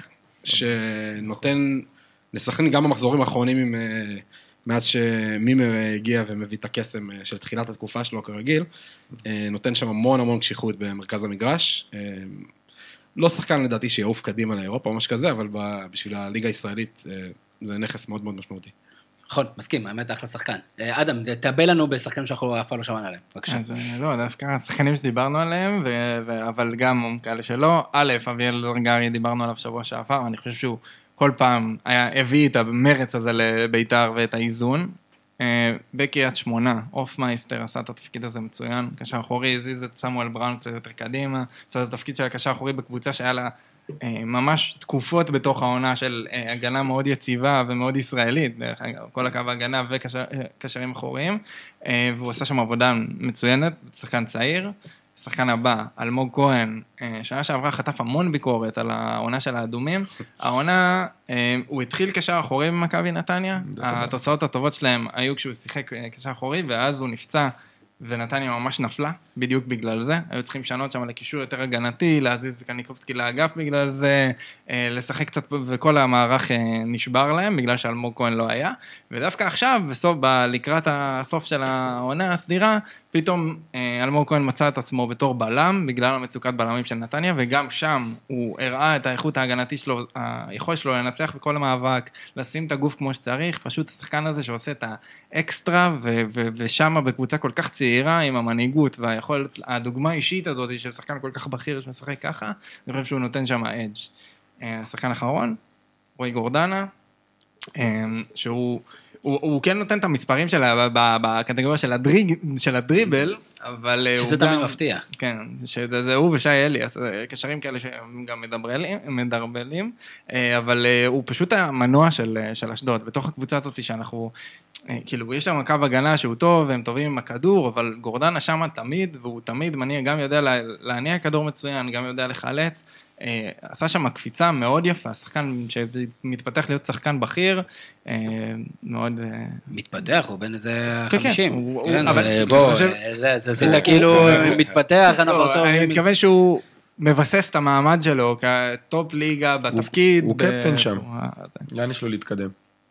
D: שנותן לסכנין גם במחזורים האחרונים, מאז שמימר הגיע ומביא את הקסם של תחילת התקופה שלו כרגיל, נותן שם המון קשיחות במרכז המגרש, לא שחקן לדעתי שיעוף קדימה לאירופה או משהו כזה, אבל בשביל הליגה הישראלית זה נכס מאוד מאוד משמעותי.
A: נכון, מסכים, האמת אחלה שחקן. אדם, תאבל לנו בשחקנים שאנחנו אף לא שמענו עליהם, בבקשה.
C: אז לא, דווקא השחקנים שדיברנו עליהם, אבל גם כאלה שלא. א', אביאל זרגרי דיברנו עליו שבוע שעבר, אני חושב שהוא כל פעם הביא את המרץ הזה לביתר ואת האיזון. בקריית שמונה, אופמייסטר עשה את התפקיד הזה מצוין, קשר אחורי, הזיז את סמואל בראון קצת יותר קדימה, עשה את התפקיד של הקשר אחורי בקבוצה שהיה לה ממש תקופות בתוך העונה של הגנה מאוד יציבה ומאוד ישראלית, דרך אגב, כל הקו ההגנה וקשרים אחוריים, והוא עשה שם עבודה מצוינת, שחקן צעיר. שחקן הבא, אלמוג כהן, שנה שעברה חטף המון ביקורת על העונה של האדומים, העונה, הוא התחיל קשר אחורי במכבי נתניה, התוצאות הטובות שלהם היו כשהוא שיחק קשר אחורי, ואז הוא נפצע, ונתניה ממש נפלה, בדיוק בגלל זה, היו צריכים לשנות שם לקישור יותר הגנתי, להזיז קניקובסקי לאגף בגלל זה, לשחק קצת, וכל המערך נשבר להם, בגלל שאלמוג כהן לא היה, ודווקא עכשיו, לקראת הסוף של העונה הסדירה, פתאום אלמוג כהן מצא את עצמו בתור בלם, בגלל המצוקת בלמים של נתניה, וגם שם הוא הראה את האיכות ההגנתית שלו, היכולת שלו לנצח בכל המאבק, לשים את הגוף כמו שצריך, פשוט השחקן הזה שעושה את האקסטרה, ושם בקבוצה כל כך צעירה, עם המנהיגות והיכולת, הדוגמה האישית הזאת של שחקן כל כך בכיר שמשחק ככה, אני חושב שהוא נותן שם אדג'. השחקן האחרון, רועי גורדנה, הוא כן נותן את המספרים שלה בקטגוריה של הדריבל, אבל
A: שזה תמיד מפתיע.
C: כן, שזה הוא ושי אליאס, קשרים כאלה שהם גם מדרבלים, אבל הוא פשוט המנוע של אשדוד, בתוך הקבוצה הזאת שאנחנו, כאילו, יש שם קו הגנה שהוא טוב, והם טובים עם הכדור, אבל גורדנה שם תמיד, והוא תמיד מניע, גם יודע להניע כדור מצוין, גם יודע לחלץ, עשה שם קפיצה מאוד יפה, שחקן שמתפתח להיות שחקן בכיר, מאוד...
A: מתפתח, הוא בין איזה 50.
C: כן,
A: בוא, זה עשית כאילו מתפתח,
C: אני מתכוון שהוא מבסס את המעמד שלו כטופ ליגה בתפקיד.
E: הוא קפטן שם, לאן יש לו להתקדם?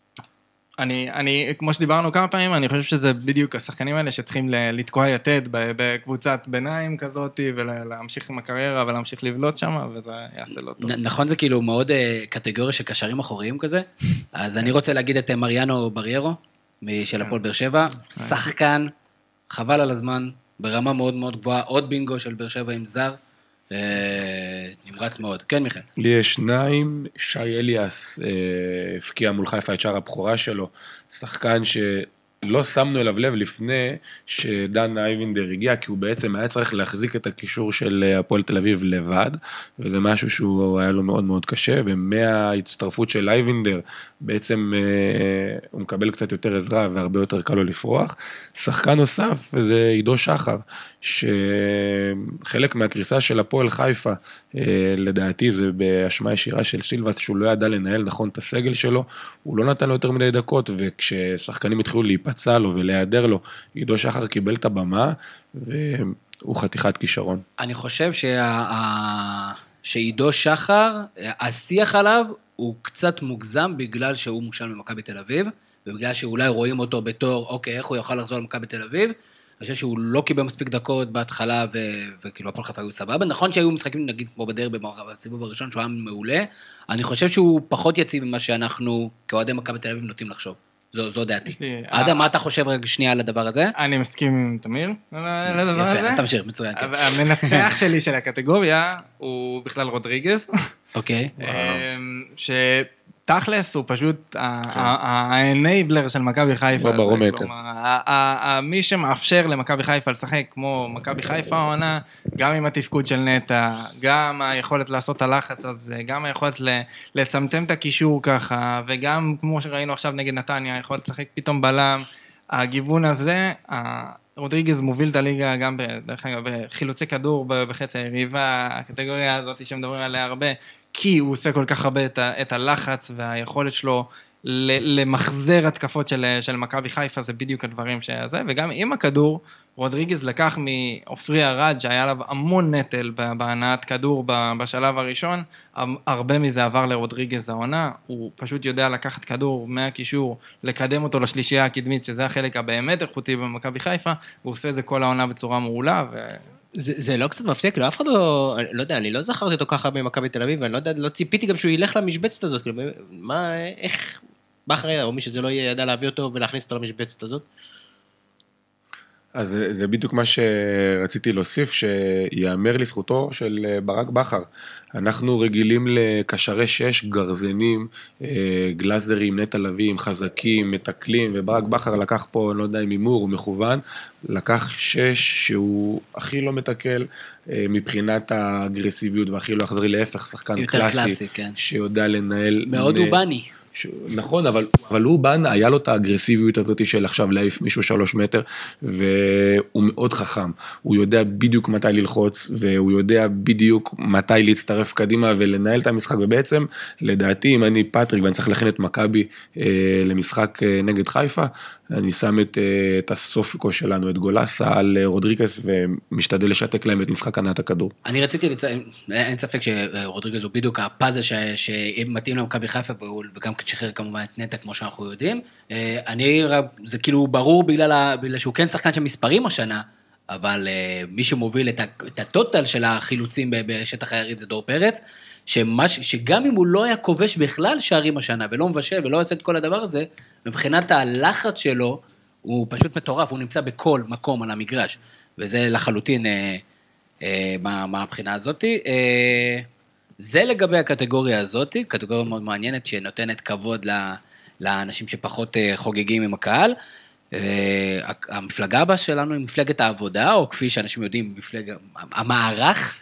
C: כמו שדיברנו כמה פעמים, אני חושב שזה בדיוק השחקנים האלה שצריכים לתקוע יתד בקבוצת ביניים כזאת, ולהמשיך עם הקריירה ולהמשיך לבלוט שם, וזה יעשה לא טוב.
A: נכון, זה כאילו מאוד קטגוריה של קשרים אחוריים כזה, אז אני רוצה להגיד את מריאנו בריירו, של הפועל באר שבע, שחקן, חבל על הזמן, ברמה מאוד מאוד גבוהה, עוד בינגו של באר שבע עם זר, נמרץ מאוד. כן, מיכאל.
E: לי יש שניים, שי אליאס הפקיע מול חיפה את שער הבכורה שלו, שחקן שלא שמנו אליו לב לפני שדן אייבינדר הגיע, כי הוא בעצם היה צריך להחזיק את הקישור של הפועל תל אביב לבד, וזה משהו שהוא היה לו מאוד מאוד קשה, ומההצטרפות של אייבינדר, בעצם הוא מקבל קצת יותר עזרה, והרבה יותר קל לו לפרוח. שחקן נוסף, זה עידו שחר, שחלק מהקריסה של הפועל חיפה, לדעתי זה באשמה ישירה של סילבס, שהוא לא ידע לנהל נכון את הסגל שלו, הוא לא נתן לו יותר מדי דקות, וכששחקנים התחילו להיפצע לו ולהיעדר לו, עידו שחר קיבל את הבמה, והוא חתיכת כישרון.
A: אני חושב שעידו שחר, השיח עליו הוא קצת מוגזם, בגלל שהוא מושל ממכבי תל אביב, ובגלל שאולי רואים אותו בתור, אוקיי, איך הוא יוכל לחזור למכבי תל אביב, אני חושב שהוא לא קיבל מספיק דקות בהתחלה, וכאילו הפועל חיפה היו סבבה. נכון שהיו משחקים, נגיד, כמו בדרבי, בסיבוב הראשון, שהוא היה מעולה, אני חושב שהוא פחות יציב ממה שאנחנו, כאוהדי מכבי תל אביב, נוטים לחשוב. זו דעתי. אדם, מה אתה חושב רגע שנייה על הדבר הזה?
C: אני מסכים עם תמיר לדבר הזה.
A: יפה, אז תמשיך, מצוין.
C: המנצח שלי של הקטגוריה הוא בכלל רודריגז.
A: אוקיי.
C: תכלס הוא פשוט האנייבלר של מכבי חיפה.
E: ברומטר.
C: מי שמאפשר למכבי חיפה לשחק כמו מכבי חיפה העונה, גם עם התפקוד של נטע, גם היכולת לעשות את הלחץ הזה, גם היכולת לצמצם את הקישור ככה, וגם כמו שראינו עכשיו נגד נתניה, היכולת לשחק פתאום בלם, הגיוון הזה, רודריגז מוביל את הליגה גם בדרך אגב בחילוצי כדור בחצי היריבה, הקטגוריה הזאת שמדברים עליה הרבה, כי הוא עושה כל כך הרבה את הלחץ והיכולת שלו למחזר התקפות של מכבי חיפה, זה בדיוק הדברים שזה, וגם עם הכדור, רודריגז לקח מאופרי ארד, שהיה עליו המון נטל בהנעת כדור בשלב הראשון, הרבה מזה עבר לרודריגז העונה, הוא פשוט יודע לקחת כדור מהקישור, לקדם אותו לשלישייה הקדמית, שזה החלק הבאמת איכותי במכבי חיפה, והוא עושה את זה כל העונה בצורה מעולה,
F: זה לא קצת מפתיע, כאילו אף אחד לא יודע, אני לא זכרתי אותו ככה במכבי תל אביב, ואני לא יודע, לא ציפיתי גם שהוא ילך למשבצת הזאת, כאילו, מה, איך, באחרי, או מי שזה לא ידע להביא אותו ולהכניס אותו למשבצת הזאת?
E: אז זה בדיוק מה שרציתי להוסיף, שיאמר לזכותו של ברק בכר. אנחנו רגילים לקשרי 6, גרזנים, גלזרים, נטע לביא, חזקים, מתקלים, וברק בכר לקח פה, אני לא יודע אם הימור או מכוון, לקח 6 שהוא הכי לא מתקל מבחינת האגרסיביות, והכי לא יחזרי להפך, שחקן קלאסי,
A: כן.
E: שיודע לנהל...
A: מאוד אובני.
E: נכון, אבל הוא בן, היה לו את האגרסיביות הזאת של עכשיו להעיף מישהו 3 מטר, והוא מאוד חכם. הוא יודע בדיוק מתי ללחוץ, והוא יודע בדיוק מתי להצטרף קדימה ולנהל את המשחק, ובעצם, לדעתי, אם אני פטריק ואני צריך להכין את מכבי למשחק נגד חיפה, אני שם את הסופיקו שלנו, את גולסה על רודריגז, ומשתדל לשתק להם את משחק הנעת הכדור.
A: אני רציתי אין ספק שרודריגז הוא בדיוק הפאזל שמתאים למכבי חיפה, וגם שחרר כמובן את נטע, כמו שאנחנו יודעים. זה כאילו ברור בגלל שהוא כן שחקן של מספרים השנה, אבל מי שמוביל את הטוטל של החילוצים בשטח היריב זה דור פרץ, שגם אם הוא לא היה כובש בכלל שערים השנה, ולא מבשל ולא עושה את כל הדבר הזה, מבחינת הלחץ שלו, הוא פשוט מטורף, הוא נמצא בכל מקום על המגרש, וזה לחלוטין מהבחינה הזאת. זה לגבי הקטגוריה הזאת, קטגוריה מאוד מעניינת, שנותנת כבוד לאנשים שפחות חוגגים עם הקהל. המפלגה הבאה שלנו היא מפלגת העבודה, או כפי שאנשים יודעים, המערך,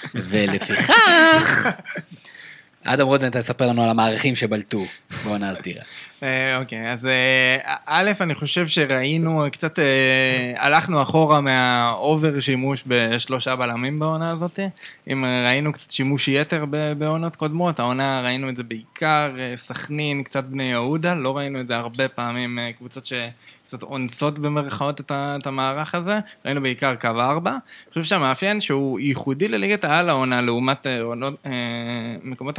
A: ולפיכך, אדם רוזן, אתה תספר לנו על המערכים שבלטו, בואו נסדירה.
C: אוקיי, אז א', אני חושב שראינו, קצת הלכנו אחורה מהאובר שימוש בשלושה בלמים בעונה הזאת. אם ראינו קצת שימוש יתר בעונות קודמות, העונה ראינו את זה בעיקר, סכנין, קצת בני יהודה, לא ראינו את זה הרבה פעמים, קבוצות שקצת אונסות במרכאות את המערך הזה, ראינו בעיקר קו 4. אני חושב שהמאפיין שהוא ייחודי לליגת העל העונה, לעומת מקומות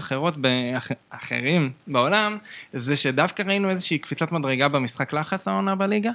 C: אחרים בעולם, זה שדווקא ראינו איזושהי קפיצת מדרגה במשחק לחץ העונה בליגה.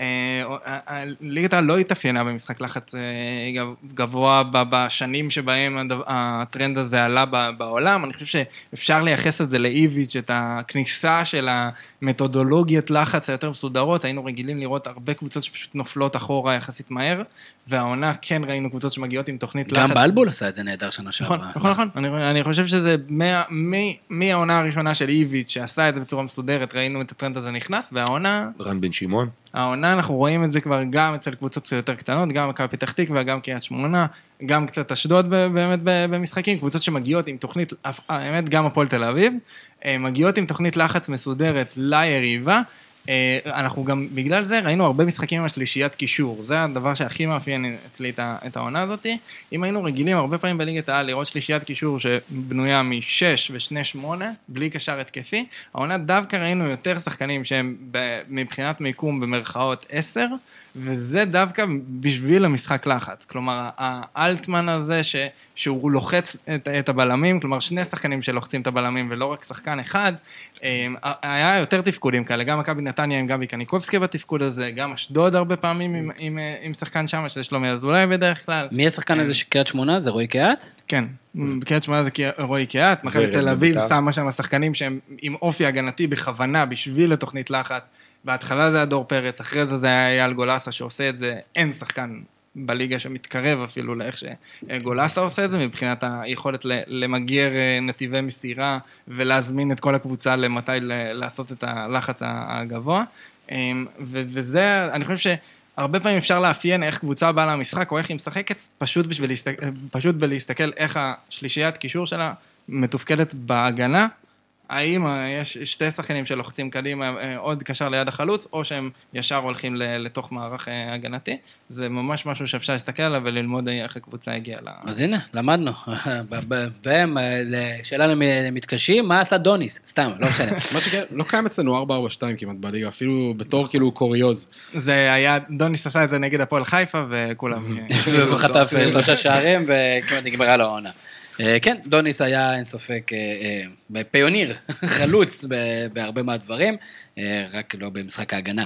C: ליגת העל לא התאפיינה במשחק לחץ גבוה בשנים שבהם הטרנד הזה עלה בעולם. אני חושב שאפשר לייחס את זה לאיביץ', את הכניסה של המתודולוגיית לחץ היותר מסודרות. היינו רגילים לראות הרבה קבוצות שפשוט נופלות אחורה יחסית מהר, והעונה כן ראינו קבוצות שמגיעות עם תוכנית לחץ.
A: גם בלבול עשה את זה נהדר שנה שעברה.
C: נכון. אני חושב שזה מהעונה הראשונה של איביץ' שעשה את זה בצורה מסודרת, ראינו את הטרנד הזה נכנס, והעונה...
E: רן בן שמעון.
C: העונה, אנחנו רואים את זה כבר גם אצל קבוצות יותר קטנות, גם מכבי פתח תקווה, גם קריית שמונה, גם קצת אשדוד באמת במשחקים, קבוצות שמגיעות עם תוכנית, האמת גם הפועל תל אביב, מגיעות עם תוכנית לחץ מסודרת ליריבה, אנחנו גם בגלל זה ראינו הרבה משחקים עם השלישיית קישור, זה הדבר שהכי מאפיין אצלי את העונה הזאת. אם היינו רגילים הרבה פעמים בליגת העל לראות שלישיית קישור שבנויה מ6 ו2-8, בלי קשר התקפי, העונה דווקא ראינו יותר שחקנים שהם מבחינת מיקום במרכאות 10, וזה דווקא בשביל המשחק לחץ. כלומר, האלטמן הזה שהוא לוחץ את הבלמים, כלומר, שני שחקנים שלוחצים את הבלמים ולא רק שחקן אחד, היה יותר תפקודים כאלה, גם מכבי נתניה עם גבי קניקובסקי בתפקוד הזה, גם אשדוד הרבה פעמים עם שחקן שם, שזה שלומי אזולאי בדרך כלל.
A: מי השחקן הזה שקריית שמונה? זה רועי קהת?
C: כן, בקריית שמונה זה רועי קהת, מכבי תל אביב שמה שם השחקנים שהם עם אופי הגנתי בכוונה בשביל התוכנית לחץ. בהתחלה זה היה דור פרץ, אחרי זה היה אייל גולסה שעושה את זה, אין שחקן בליגה שמתקרב אפילו לאיך שגולסה עושה את זה, מבחינת היכולת למגר נתיבי מסירה ולהזמין את כל הקבוצה למתי לעשות את הלחץ הגבוה. וזה, אני חושב שהרבה פעמים אפשר לאפיין איך קבוצה באה למשחק או איך היא משחקת, פשוט בלהסתכל איך השלישיית קישור שלה מתופקדת בהגנה, האם יש שתי שחקנים שלוחצים קדימה עוד קשר ליד החלוץ, או שהם ישר הולכים לתוך מערך הגנתי. זה ממש משהו שאפשר להסתכל עליו וללמוד איך הקבוצה הגיעה.
A: אז הנה, למדנו. והם, שאלה למתקשים, מה עשה דוניס? סתם, לא משנה.
D: מה שכן, לא קיים אצלנו 4-4-2 כמעט בליגה, אפילו בתור כאילו קוריוז.
C: זה היה, דוניס עשה את זה נגד הפועל חיפה, וכולם...
A: וחטף 3 שערים, וכמעט נגמרה לו העונה. כן, דוניס היה אין ספק פיוניר, חלוץ בהרבה מהדברים, רק לא במשחק ההגנה.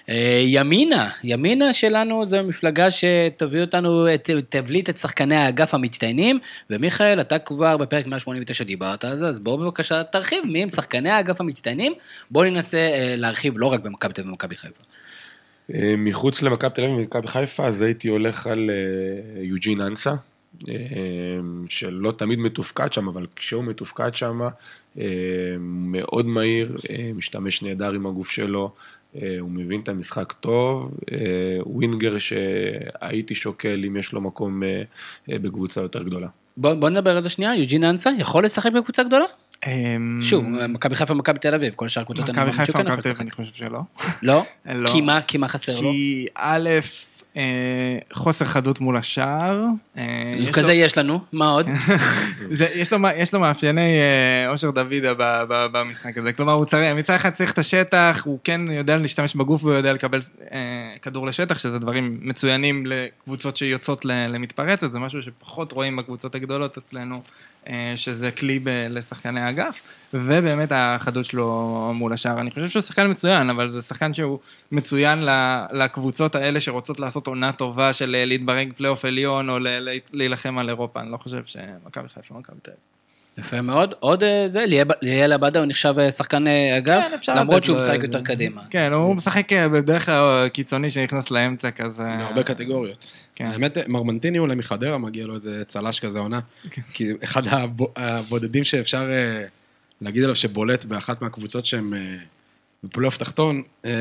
A: ימינה שלנו זו מפלגה שתביא אותנו, תבליט את שחקני האגף המצטיינים, ומיכאל, אתה כבר בפרק 189 דיברת על זה, אז בואו בבקשה תרחיב מי הם שחקני האגף המצטיינים, בואו ננסה להרחיב לא רק במכבי תל אביב ומכבי חיפה.
E: מחוץ למכבי תל אביב ומכבי חיפה, אז הייתי הולך על יוג'ין אנסה, שלא תמיד מתופקד שם, אבל כשהוא מתופקד שם, מאוד מהיר, משתמש נהדר עם הגוף שלו, הוא מבין את המשחק טוב, ווינגר שהייתי שוקל אם יש לו מקום בקבוצה יותר גדולה.
A: בוא נדבר על זה שנייה, יוג'ין אנסה יכול לשחק בקבוצה גדולה? שוב, מכבי חיפה ומכבי תל אביב, כל שאר קבוצות...
C: מכבי חיפה ומכבי תל אביב, אני חושב שלא.
A: לא? כי מה חסר לו?
C: כי א', חוסר חדות מול השער.
A: כזה יש לנו, מה עוד?
C: יש לו מאפייני אושר דוידה במשחק הזה, כלומר הוא מצד אחד צריך את השטח, הוא כן יודע להשתמש בגוף והוא יודע לקבל כדור לשטח, שזה דברים מצוינים לקבוצות שיוצאות למתפרצת, זה משהו שפחות רואים בקבוצות הגדולות אצלנו, שזה כלי לשחקני האגף, ובאמת החדות שלו מול השאר. אני חושב שהוא שחקן מצוין, אבל זה שחקן שהוא מצוין לקבוצות האלה שרוצות לעשות עונה טובה של להתברג פלייאוף עליון, או להילחם על אירופה. אני לא חושב שמכבי חיפה, מכבי תל אביב.
A: יפה מאוד. עוד זה, ליאל עבדה הוא נחשב שחקן אגף, למרות שהוא משחק יותר קדימה.
C: כן, הוא משחק בדרך כלל קיצוני שנכנס לאמצע כזה.
D: בהרבה קטגוריות. האמת, מרמנטיני אולי מחדרה, מגיע לו איזה צלש כזה עונה. כי אחד הבודדים שאפשר להגיד עליו שבולט באחת מהקבוצות שהם בפלייאוף תחתון,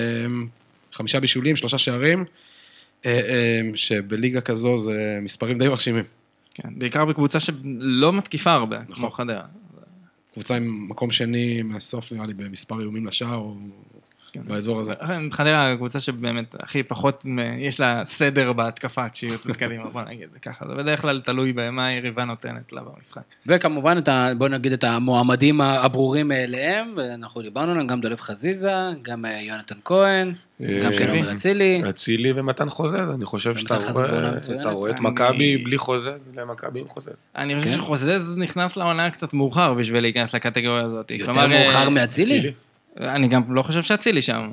D: 5 בישולים, 3 שערים, שבליגה כזו זה מספרים די מרשימים.
C: כן, בעיקר בקבוצה שלא מתקיפה הרבה, כמו חדרה.
D: קבוצה עם מקום שני מהסוף, נראה לי, במספר איומים לשער, או באזור הזה.
C: חדרה, קבוצה שבאמת הכי פחות, יש לה סדר בהתקפה כשהיא יוצאת קדימה, בוא נגיד ככה. זה בדרך כלל תלוי במה היריבה נותנת לה במשחק.
A: וכמובן, בוא נגיד את המועמדים הברורים מאליהם, ואנחנו דיברנו עליהם, גם דולב חזיזה, גם יונתן כהן, גם כן עומר אצילי.
E: אצילי ומתן חוזז, אני חושב שאתה רואה את מכבי בלי חוזז, למכבי עם חוזז.
C: אני חושב שחוזז נכנס לעונה קצת מאוחר בשביל להיכנס לקטגוריה הזאת.
A: יותר מאוחר מאצילי?
C: אני גם לא חושב שאצילי שם.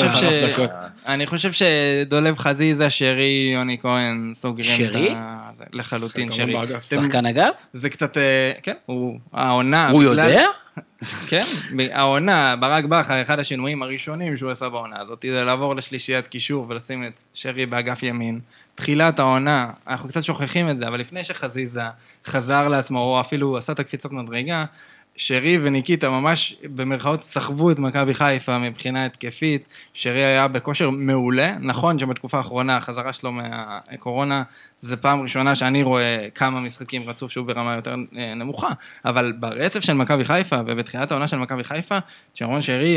C: אני חושב שדולב חזיזה, שרי, יוני כהן, סוגרים
A: שרי?
C: לחלוטין שרי.
A: שחקן אגב?
C: זה קצת, כן, העונה.
A: הוא יודע?
C: כן, העונה, ברק בכר, אחד השינויים הראשונים שהוא עשה בעונה הזאת, זה לעבור לשלישיית קישור ולשים את שרי באגף ימין. תחילת העונה, אנחנו קצת שוכחים את זה, אבל לפני שחזיזה חזר לעצמו, או אפילו עשה את הקפיצת מדרגה, שרי וניקיטה ממש במרכאות סחבו את מכבי חיפה מבחינה התקפית. שרי היה בכושר מעולה, נכון שבתקופה האחרונה החזרה שלו מהקורונה זה פעם ראשונה שאני רואה כמה משחקים רצוף שהוא ברמה יותר נמוכה, אבל ברצף של מכבי חיפה ובתחילת העונה של מכבי חיפה, שרון שרי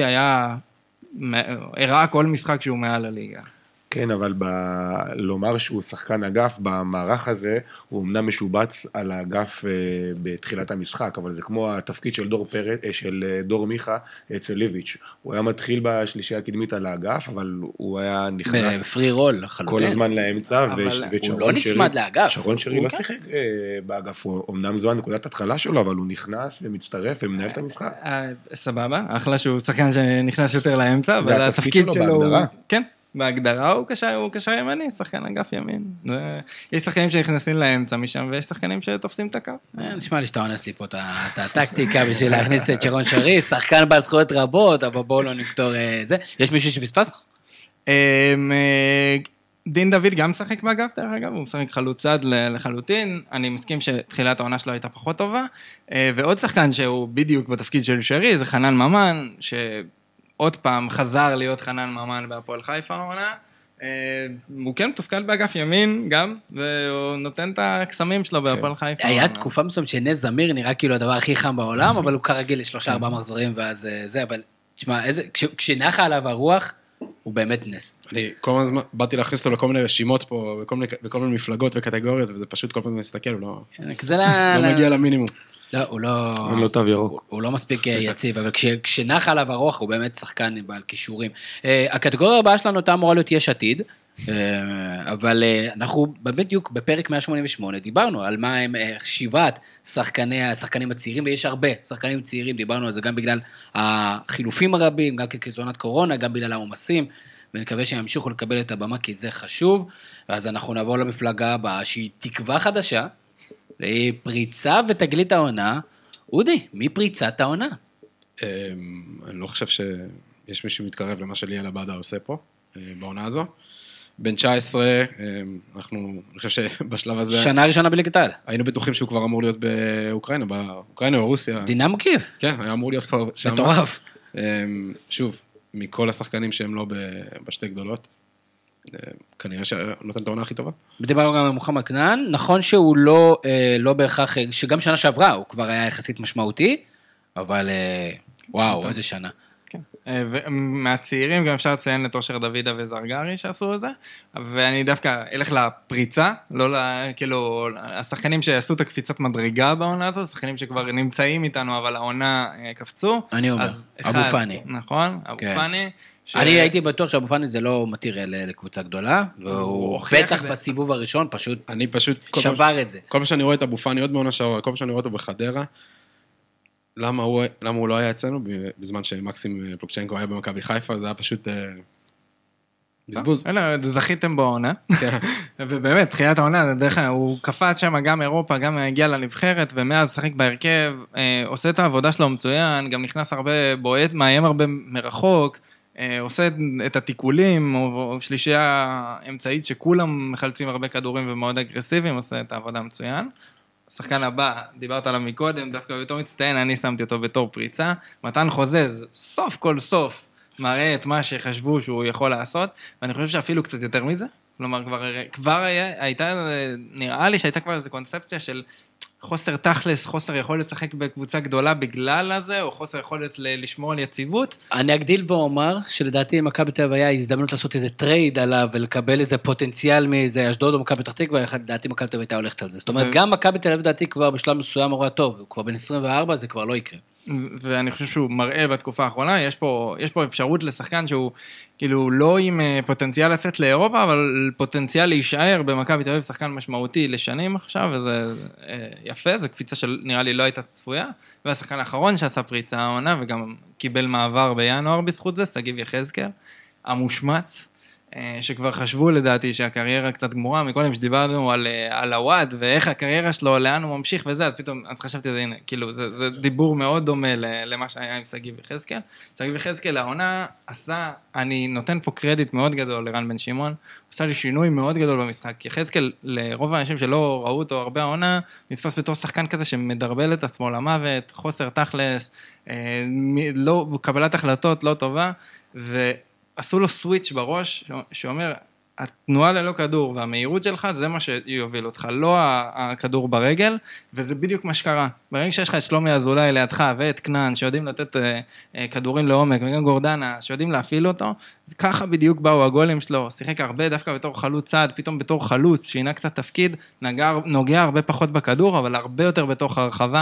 C: הראה כל משחק שהוא מעל הליגה.
E: כן, אבל לומר שהוא שחקן אגף במערך הזה, הוא אמנם משובץ על האגף בתחילת המשחק, אבל זה כמו התפקיד של דור מיכה אצל ליביץ'. הוא היה מתחיל בשלישייה הקדמית על האגף, אבל הוא היה נכנס
A: בפרי רול לחלוטין.
E: כל הזמן לאמצע,
A: הוא לא נצמד לאגף.
E: שרון שרי לא שיחק באגף, אמנם זו הנקודת התחלה שלו, אבל הוא נכנס ומצטרף ומנהל את המשחק.
C: סבבה, אחלה שהוא שחקן שנכנס יותר לאמצע, אבל התפקיד שלו, כן. בהגדרה הוא קשר ימני, שחקן אגף ימין. יש שחקנים שנכנסים לאמצע משם, ויש שחקנים שתופסים את הקו.
A: נשמע לי שאתה עונס לי פה את הטקטיקה בשביל להכניס את שרון שרי, שחקן בעל זכויות רבות, אבל בואו לא נקטור זה. יש מישהו שפספסנו?
C: דין דוד גם משחק באגף, דרך אגב, הוא משחק חלוץ צד לחלוטין. אני מסכים שתחילת העונה שלו הייתה פחות טובה. ועוד שחקן שהוא בדיוק בתפקיד של שרי, זה חנן ממן, עוד פעם חזר להיות חנן ממן בהפועל חיפה העונה, הוא כן מתופקד באגף ימין גם, והוא נותן את הקסמים שלו בהפועל חיפה.
A: היה תקופה מסוימת שנס זמיר נראה כאילו הדבר הכי חם בעולם, אבל הוא כרגיל ל3-4 מחזורים, ואז זה, אבל תשמע, כשנחה עליו הרוח, הוא באמת נס.
D: אני כל הזמן באתי להכניס אותו לכל מיני רשימות פה, בכל מיני מפלגות וקטגוריות, וזה פשוט כל פעם מסתכל, הוא לא מגיע למינימום.
A: לא, הוא לא תו ירוק. הוא לא מספיק יציב, אבל כשנח עליו הרוח, הוא באמת שחקן בעל כישורים. הקטגוריה הבאה שלנו הייתה אמורה להיות יש עתיד, אבל אנחנו בדיוק בפרק 188 דיברנו על מה הם 7 השחקנים הצעירים, ויש הרבה שחקנים צעירים, דיברנו על זה גם בגלל החילופים הרבים, גם כזונת קורונה, גם בגלל העומסים, ונקווה שהם ימשיכו לקבל את הבמה, כי זה חשוב, ואז אנחנו נעבור למפלגה הבאה, שהיא תקווה חדשה, פריצה ותגלית העונה. אודי, מי פריצת העונה?
D: אני לא חושב שיש מישהו מתקרב למה שליאל עבדה עושה פה, בעונה הזו. בן 19, אני חושב שבשלב הזה...
A: שנה ראשונה בליגת העל.
D: היינו בטוחים שהוא כבר אמור להיות באוקראינה או רוסיה.
A: דינמו קייב.
D: כן, היה אמור להיות כבר שם.
A: מטורף.
D: שוב, מכל השחקנים שהם לא בשתי גדולות, כנראה שנותן את העונה הכי טובה.
A: דיברנו גם על מוחמד כנען, נכון שהוא לא בהכרח, שגם שנה שעברה הוא כבר היה יחסית משמעותי, אבל וואו, איזה שנה.
C: ומהצעירים גם אפשר לציין את אושר דוידה וזרגרי שעשו את זה, ואני דווקא אלך לפריצה, לא כאילו, השחקנים שעשו את הקפיצת מדרגה בעונה הזאת, השחקנים שכבר נמצאים איתנו, אבל העונה קפצו.
A: אני אומר, אבו פאני.
C: נכון, אבו פאני.
A: אני הייתי בטוח שאבו פאני זה לא מתיר לקבוצה גדולה, והוא בטח בסיבוב הראשון פשוט שבר את זה.
D: כל מה שאני רואה את אבו פאני עוד מעונה שעברה, כל מה שאני רואה אותו בחדרה, למה הוא לא היה אצלנו בזמן שמקסים פלוקצ'נקו היה במכבי חיפה, זה היה פשוט בזבוז.
C: זכיתם בעונה, ובאמת, תחילת העונה, דרך כלל, הוא קפץ שם גם אירופה, גם הגיע לנבחרת, ומאז שחק בהרכב, עושה את העבודה שלו מצוין, גם נכנס הרבה בועט, מאיים הרבה מרחוק, עושה את התיקולים, או שלישייה אמצעית שכולם מחלצים הרבה כדורים ומאוד אגרסיביים, עושה את העבודה מצוין. השחקן הבא, דיברת עליו מקודם, דווקא בתור מצטיין, אני שמתי אותו בתור פריצה. מתן חוזז, סוף כל סוף, מראה את מה שחשבו שהוא יכול לעשות, ואני חושב שאפילו קצת יותר מזה. כלומר, כבר הייתה, נראה לי שהייתה כבר איזו קונספציה של חוסר תכלס, חוסר יכולת לשחק בקבוצה גדולה בגלל הזה, או חוסר יכולת לשמור על יציבות.
A: אני אגדיל ואומר שלדעתי מכבי תל אביב היה הזדמנות לעשות איזה טרייד עליו, ולקבל איזה פוטנציאל מאיזה אשדוד או מכבי פתח תקווה, לדעתי מכבי תל אביב הייתה הולכת על זה. זאת אומרת, גם מכבי תל אביב לדעתי כבר בשלב מסוים הוראה טוב, הוא כבר בן 24, זה כבר לא יקרה.
C: ואני חושב שהוא מראה בתקופה האחרונה, יש פה אפשרות לשחקן שהוא כאילו לא עם פוטנציאל לצאת לאירופה, אבל פוטנציאל להישאר במכבי תל אביב, שחקן משמעותי לשנים עכשיו, וזה יפה, זו קפיצה שנראה לי לא הייתה צפויה, והשחקן האחרון שעשה פריצה העונה, וגם קיבל מעבר בינואר בזכות זה, שגיב יחזקאל, המושמץ, שכבר חשבו לדעתי שהקריירה קצת גמורה, מקודם שדיברנו על הוואד, ואיך הקריירה שלו, לאן הוא ממשיך וזה, אז פתאום, אז חשבתי, הנה, כאילו, זה דיבור מאוד דומה למה שהיה עם שגיב יחזקאל. שגיב יחזקאל, העונה עשה, אני נותן פה קרדיט מאוד גדול לרן בן שמעון, עושה לי שינוי מאוד גדול במשחק. יחזקאל, לרוב האנשים שלא ראו אותו הרבה העונה, נתפס בתור שחקן כזה שמדרבל את עצמו למוות, חוסר תכלס, לא, קבלת החלטות לא טובה, עשו לו סוויץ' בראש, שאומר, התנועה ללא כדור והמהירות שלך, זה מה שיוביל אותך, לא הכדור ברגל, וזה בדיוק מה שקרה. ברגע שיש לך את שלומי אזולאי לידך, ואת כנען, שיודעים לתת כדורים לעומק, וגם גורדנה, שיודעים להפעיל אותו, אז ככה בדיוק באו הגולים שלו, שיחק הרבה דווקא בתור חלוץ צעד, פתאום בתור חלוץ, שינה קצת תפקיד, נוגע הרבה פחות בכדור, אבל הרבה יותר בתוך הרחבה,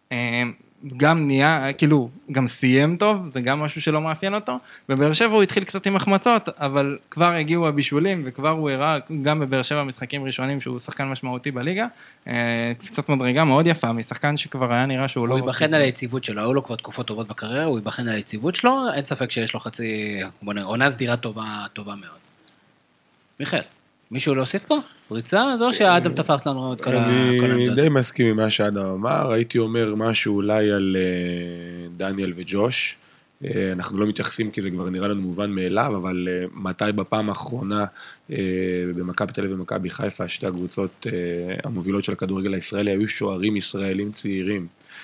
C: גם נהיה, כאילו, גם סיים טוב, זה גם משהו שלא מאפיין אותו, בבאר שבע הוא התחיל קצת עם החמצות, אבל כבר הגיעו הבישולים, וכבר הוא הראה גם בבאר שבע משחקים ראשונים שהוא שחקן משמעותי בליגה, קצת מדרגה מאוד יפה, משחקן שכבר היה נראה שהוא לא...
A: הוא ייבחן על היציבות שלו, היו לו כבר תקופות טובות בקריירה, הוא ייבחן על היציבות שלו, אין ספק שיש לו חצי, עונה סדירה טובה מאוד. מיכאל, מישהו להוסיף פה? פריצה? זו שהאדם תפס לנו את כל העמדות.
E: אני די מסכים עם מה שאדם אמר, הייתי אומר משהו אולי על דניאל וג'וש, אנחנו לא מתייחסים כי זה כבר נראה לנו מובן מאליו, אבל מתי בפעם האחרונה במכבי תל אביב ומכבי חיפה, שתי הקבוצות המובילות של הכדורגל הישראלי, היו שוערים ישראלים צעירים,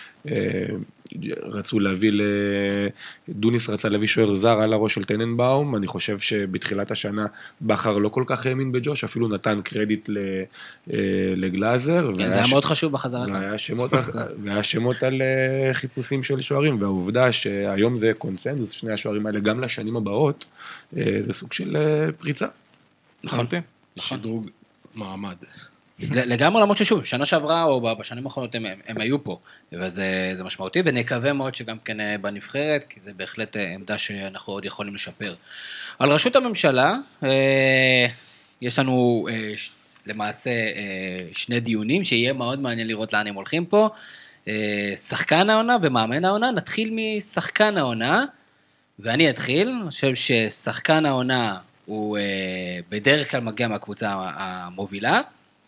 E: רצו להביא דוניס רצה להביא שוער זר על הראש של טננבאום, אני חושב שבתחילת השנה בכר לא כל כך האמין בג'וש, אפילו נתן קרדיט לגלאזר.
A: זה היה מאוד חשוב בחזרה שלנו.
E: והיה שמות על חיפושים של שוערים, והעובדה שהיום זה קונסנזוס, שני השוערים האלה גם לשנים הבאות, זה סוג של פריצה.
A: נכון.
D: שדרוג מעמד.
A: לגמרי, למרות ששוב, שנה שעברה או בשנים האחרונות הם היו פה, וזה משמעותי, ונקווה מאוד שגם כן בנבחרת, כי זה בהחלט עמדה שאנחנו עוד יכולים לשפר. על ראשות הממשלה, יש לנו למעשה שני דיונים, שיהיה מאוד מעניין לראות לאן הם הולכים פה, שחקן העונה ומאמן העונה, נתחיל משחקן העונה, ואני אתחיל, אני חושב ששחקן העונה הוא בדרך כלל מגיע מהקבוצה המובילה,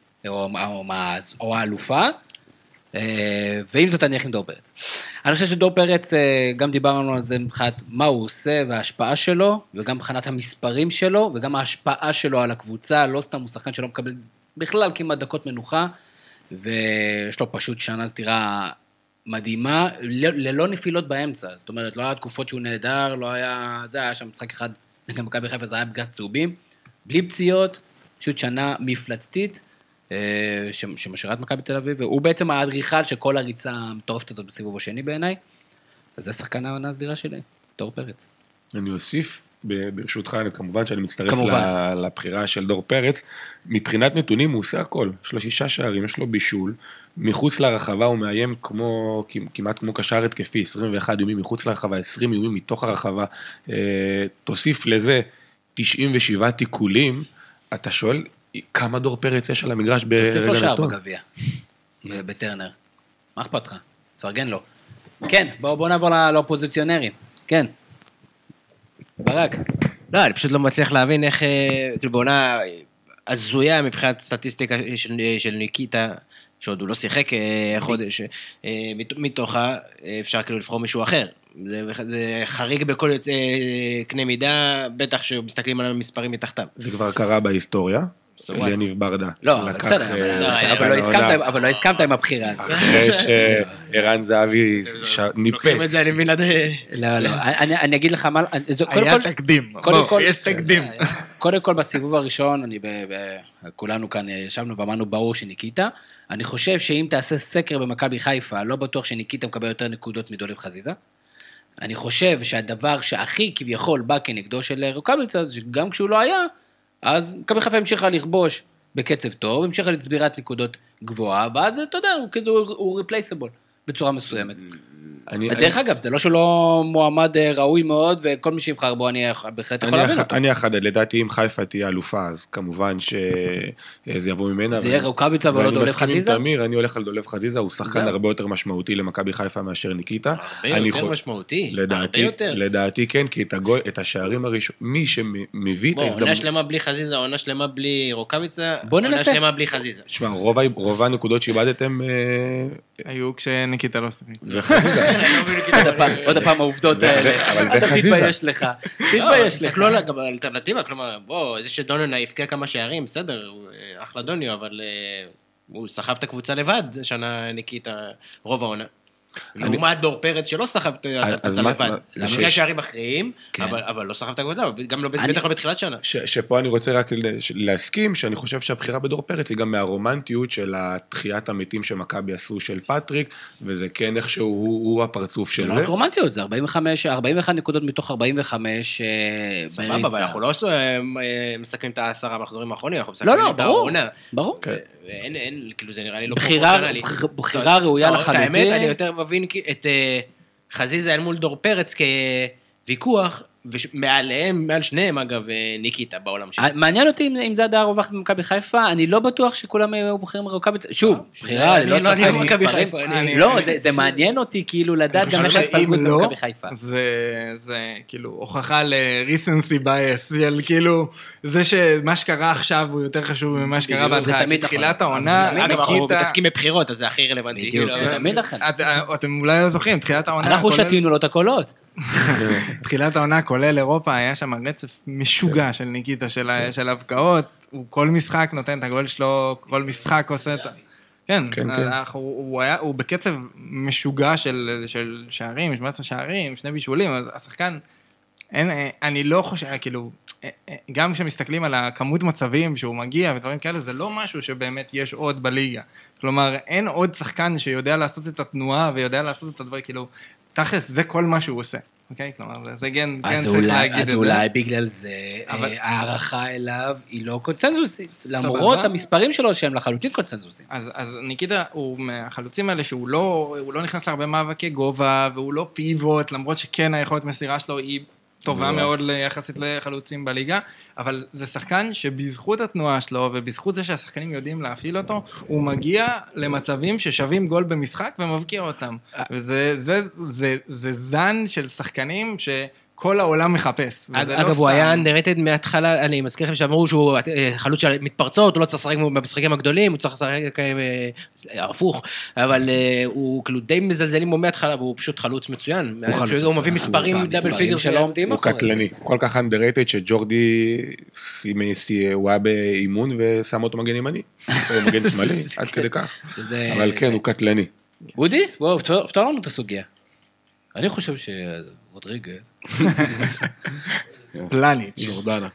A: או האלופה, ועם זאת אני אלך עם דור פרץ. אני חושב שדור פרץ, גם דיברנו על זה מבחינת מה הוא עושה וההשפעה שלו, וגם מבחינת המספרים שלו, וגם ההשפעה שלו על הקבוצה, לא סתם הוא שחקן שלא מקבל בכלל כמעט דקות מנוחה, ויש לו פשוט שנה סדירה מדהימה, ללא נפילות באמצע, זאת אומרת, לא היה תקופות שהוא נהדר, לא היה, זה היה שם משחק אחד, נגד מכבי חיפה, זה היה פגעת צהובים, בלי פציעות, פשוט שנה מפלצתית, שמשאירה את מכבי תל אביב, והוא בעצם האדריכל של כל הריצה המטורפת הזאת בסיבוב השני בעיניי, אז זה שחקן העונה הסדירה שלי, דור פרץ.
E: אני אוסיף, ברשותך, כמובן שאני מצטרף לבחירה של דור פרץ, מבחינת נתונים הוא עושה הכל, יש לו 6 שערים, יש לו בישול, מחוץ לרחבה הוא מאיים כמעט כמו קשר התקפי, 21 איומים מחוץ לרחבה, 20 איומים מתוך הרחבה, תוסיף לזה 97 תיקולים, אתה שואל, כמה דור פרץ יש על המגרש ברגע נתון?
A: תוסיף לו שער בגביע, בטרנר. מה אכפת לך? ספרגן לו. כן, בואו נעבור לאופוזיציונרים. כן. ברק.
F: לא, אני פשוט לא מצליח להבין איך, כאילו בעונה הזויה מבחינת סטטיסטיקה של ניקיטה, שעוד הוא לא שיחק חודש, מתוכה אפשר כאילו לבחור מישהו אחר. זה חריג בכל קנה מידה, בטח שמסתכלים על המספרים מתחתיו.
E: זה כבר קרה בהיסטוריה. יניב ברדה.
A: לא, בסדר, אבל לא הסכמת עם הבחירה הזאת.
E: אחרי שערן זהבי
F: לוקחים את זה, אני מבין עד...
A: לא, אני אגיד לך מה...
C: היה תקדים, יש תקדים.
A: קודם כל בסיבוב הראשון, כולנו כאן ישבנו ואמרנו ברור שניקיטה, אני חושב שאם תעשה סקר במכבי חיפה, לא בטוח שניקיטה מקבל יותר נקודות מדולב חזיזה. אני חושב שהדבר שהכי כביכול בא כנגדו של רוקאביצה, גם כשהוא לא היה, אז מכבי חיפה המשיכה לכבוש בקצב טוב, המשיכה לצבירת נקודות גבוהה, ואז אתה יודע, הוא replaceable בצורה מסוימת. דרך אגב, זה לא שהוא לא מועמד ראוי מאוד, וכל מי שיבחר בו אני בהחלט יכול להבין אותו.
E: אני אחדד, לדעתי אם חיפה תהיה אלופה, אז כמובן שזה יבוא ממנה.
A: זה יהיה רוקאביצה ולא דולב חזיזה?
E: ואני מסכים עם תמיר, אני הולך על דולב חזיזה, הוא שחקן הרבה יותר משמעותי למכבי חיפה מאשר ניקיטה.
F: הרבה יותר משמעותי?
E: לדעתי כן, כי את השערים הראשונים, מי שמביא את ההזדמנות...
F: עונה שלמה בלי חזיזה, עונה שלמה בלי רוקאביצה,
A: בוא ננסה.
F: עונה שלמה בלי חזיזה.
E: תשמע, רוב הנקודות שאיבדתם...
C: היו כשניקיטה לא שיחק.
A: עוד הפעם העובדות האלה. אתה תתבייש לך. תתבייש לך.
F: לא, גם האלטרנטיבה, כלומר, בוא, זה שדוניו יפקע כמה שערים, בסדר, אחלה דוניו, אבל הוא סחב את הקבוצה לבד, שנה ניקיטה רוב העונה. לעומת דור פרץ שלא סחב את הקבוצה לבד. שני שערים אחרים, אבל לא סחב את הקבוצה, גם בטח לא בתחילת שנה.
E: שפה אני רוצה רק להסכים, שאני חושב שהבחירה בדור פרץ היא גם מהרומנטיות של התחיית המתים שמכבי עשו של פטריק, וזה כן איכשהו הוא הפרצוף של זה.
A: זה לא רק רומנטיות, זה 41 נקודות מתוך 45
F: סבבה, אבל אנחנו לא מסכמים את 10 מחזורים האחרונים, אנחנו מסכמים את העונה.
A: ברור.
F: אין, כאילו זה נראה לי לא
A: בחירה ראויה לחלוטין.
F: האמת, אני יותר מבין את חזיזה אל מול דור פרץ כוויכוח, ומעליהם, מעל שניהם אגב, ניקיטה בעולם שלי.
A: מעניין אותי אם זה הדעה הרווחת במכבי חיפה, אני לא בטוח שכולם היו בוחרים רוקאביצה, שוב, בחירה, אני לא שחק
F: מכבי חיפה.
A: לא, זה מעניין אותי כאילו לדעת גם איך התפלגות במכבי חיפה.
C: זה כאילו הוכחה ל-recency bias, של כאילו, זה שמה שקרה עכשיו הוא יותר חשוב ממה שקרה בהתחלה, בתחילת העונה,
F: אנחנו מתעסקים בבחירות, אז זה הכי רלוונטי.
A: בדיוק, זה תמיד אחר.
C: אתם אולי לא זוכרים, תחילת העונה...
A: אנחנו שתינו לו את הקולות.
C: תחילת העונה, כולל אירופה, היה שם רצף משוגע של ניקיטה, של הבקעות, הוא כל משחק נותן את הגול שלו, כל משחק עושה את... כן, הוא בקצב משוגע של שערים, 17 שערים, 2 בישולים, אז השחקן, אני לא חושב, כאילו, גם כשמסתכלים על הכמות מצבים שהוא מגיע ודברים כאלה, זה לא משהו שבאמת יש עוד בליגה. כלומר, אין עוד שחקן שיודע לעשות את התנועה ויודע לעשות את הדבר, כאילו, תכלס, זה כל מה שהוא עושה. אוקיי? כלומר, זה כן צריך להגיד את זה.
A: אז אולי בגלל זה, הערכה אליו היא לא קונצנזוסית. למרות המספרים שלו שהם לחלוטין קונצנזוסים.
C: אז ניקיטה הוא מהחלוצים האלה שהוא לא נכנס להרבה מאבקי גובה, והוא לא פיבוט, למרות שכן היכולת מסירה שלו היא טובה מאוד יחסית לחלוצים בליגה, אבל זה שחקן שבזכות התנועה שלו, ובזכות זה שהשחקנים יודעים להפעיל אותו, הוא מגיע למצבים ששווים גול במשחק ומבקיע אותם. וזה זן של שחקנים כל העולם מחפש.
F: אגב, הוא היה underrated מההתחלה, אני מזכיר לכם שאמרו שהוא חלוץ של מתפרצות, הוא לא צריך לשחק במשחקים הגדולים, הוא צריך לשחק הפוך, אבל הוא כאילו די מזלזלים בו מההתחלה, והוא פשוט חלוץ מצוין. הוא מביא מספרים דאבל פיגר שלו עומדים.
E: הוא קטלני, כל כך underrated שג'ורדי הוא היה באימון ושם אותו מגן ימני, או מגן שמאלי, עד כדי כך. אבל כן, הוא קטלני.
A: אודי, בואו, פתור לנו את הסוגיה. אני חושב רודריגז.
C: פלניץ'.
D: גורדנה.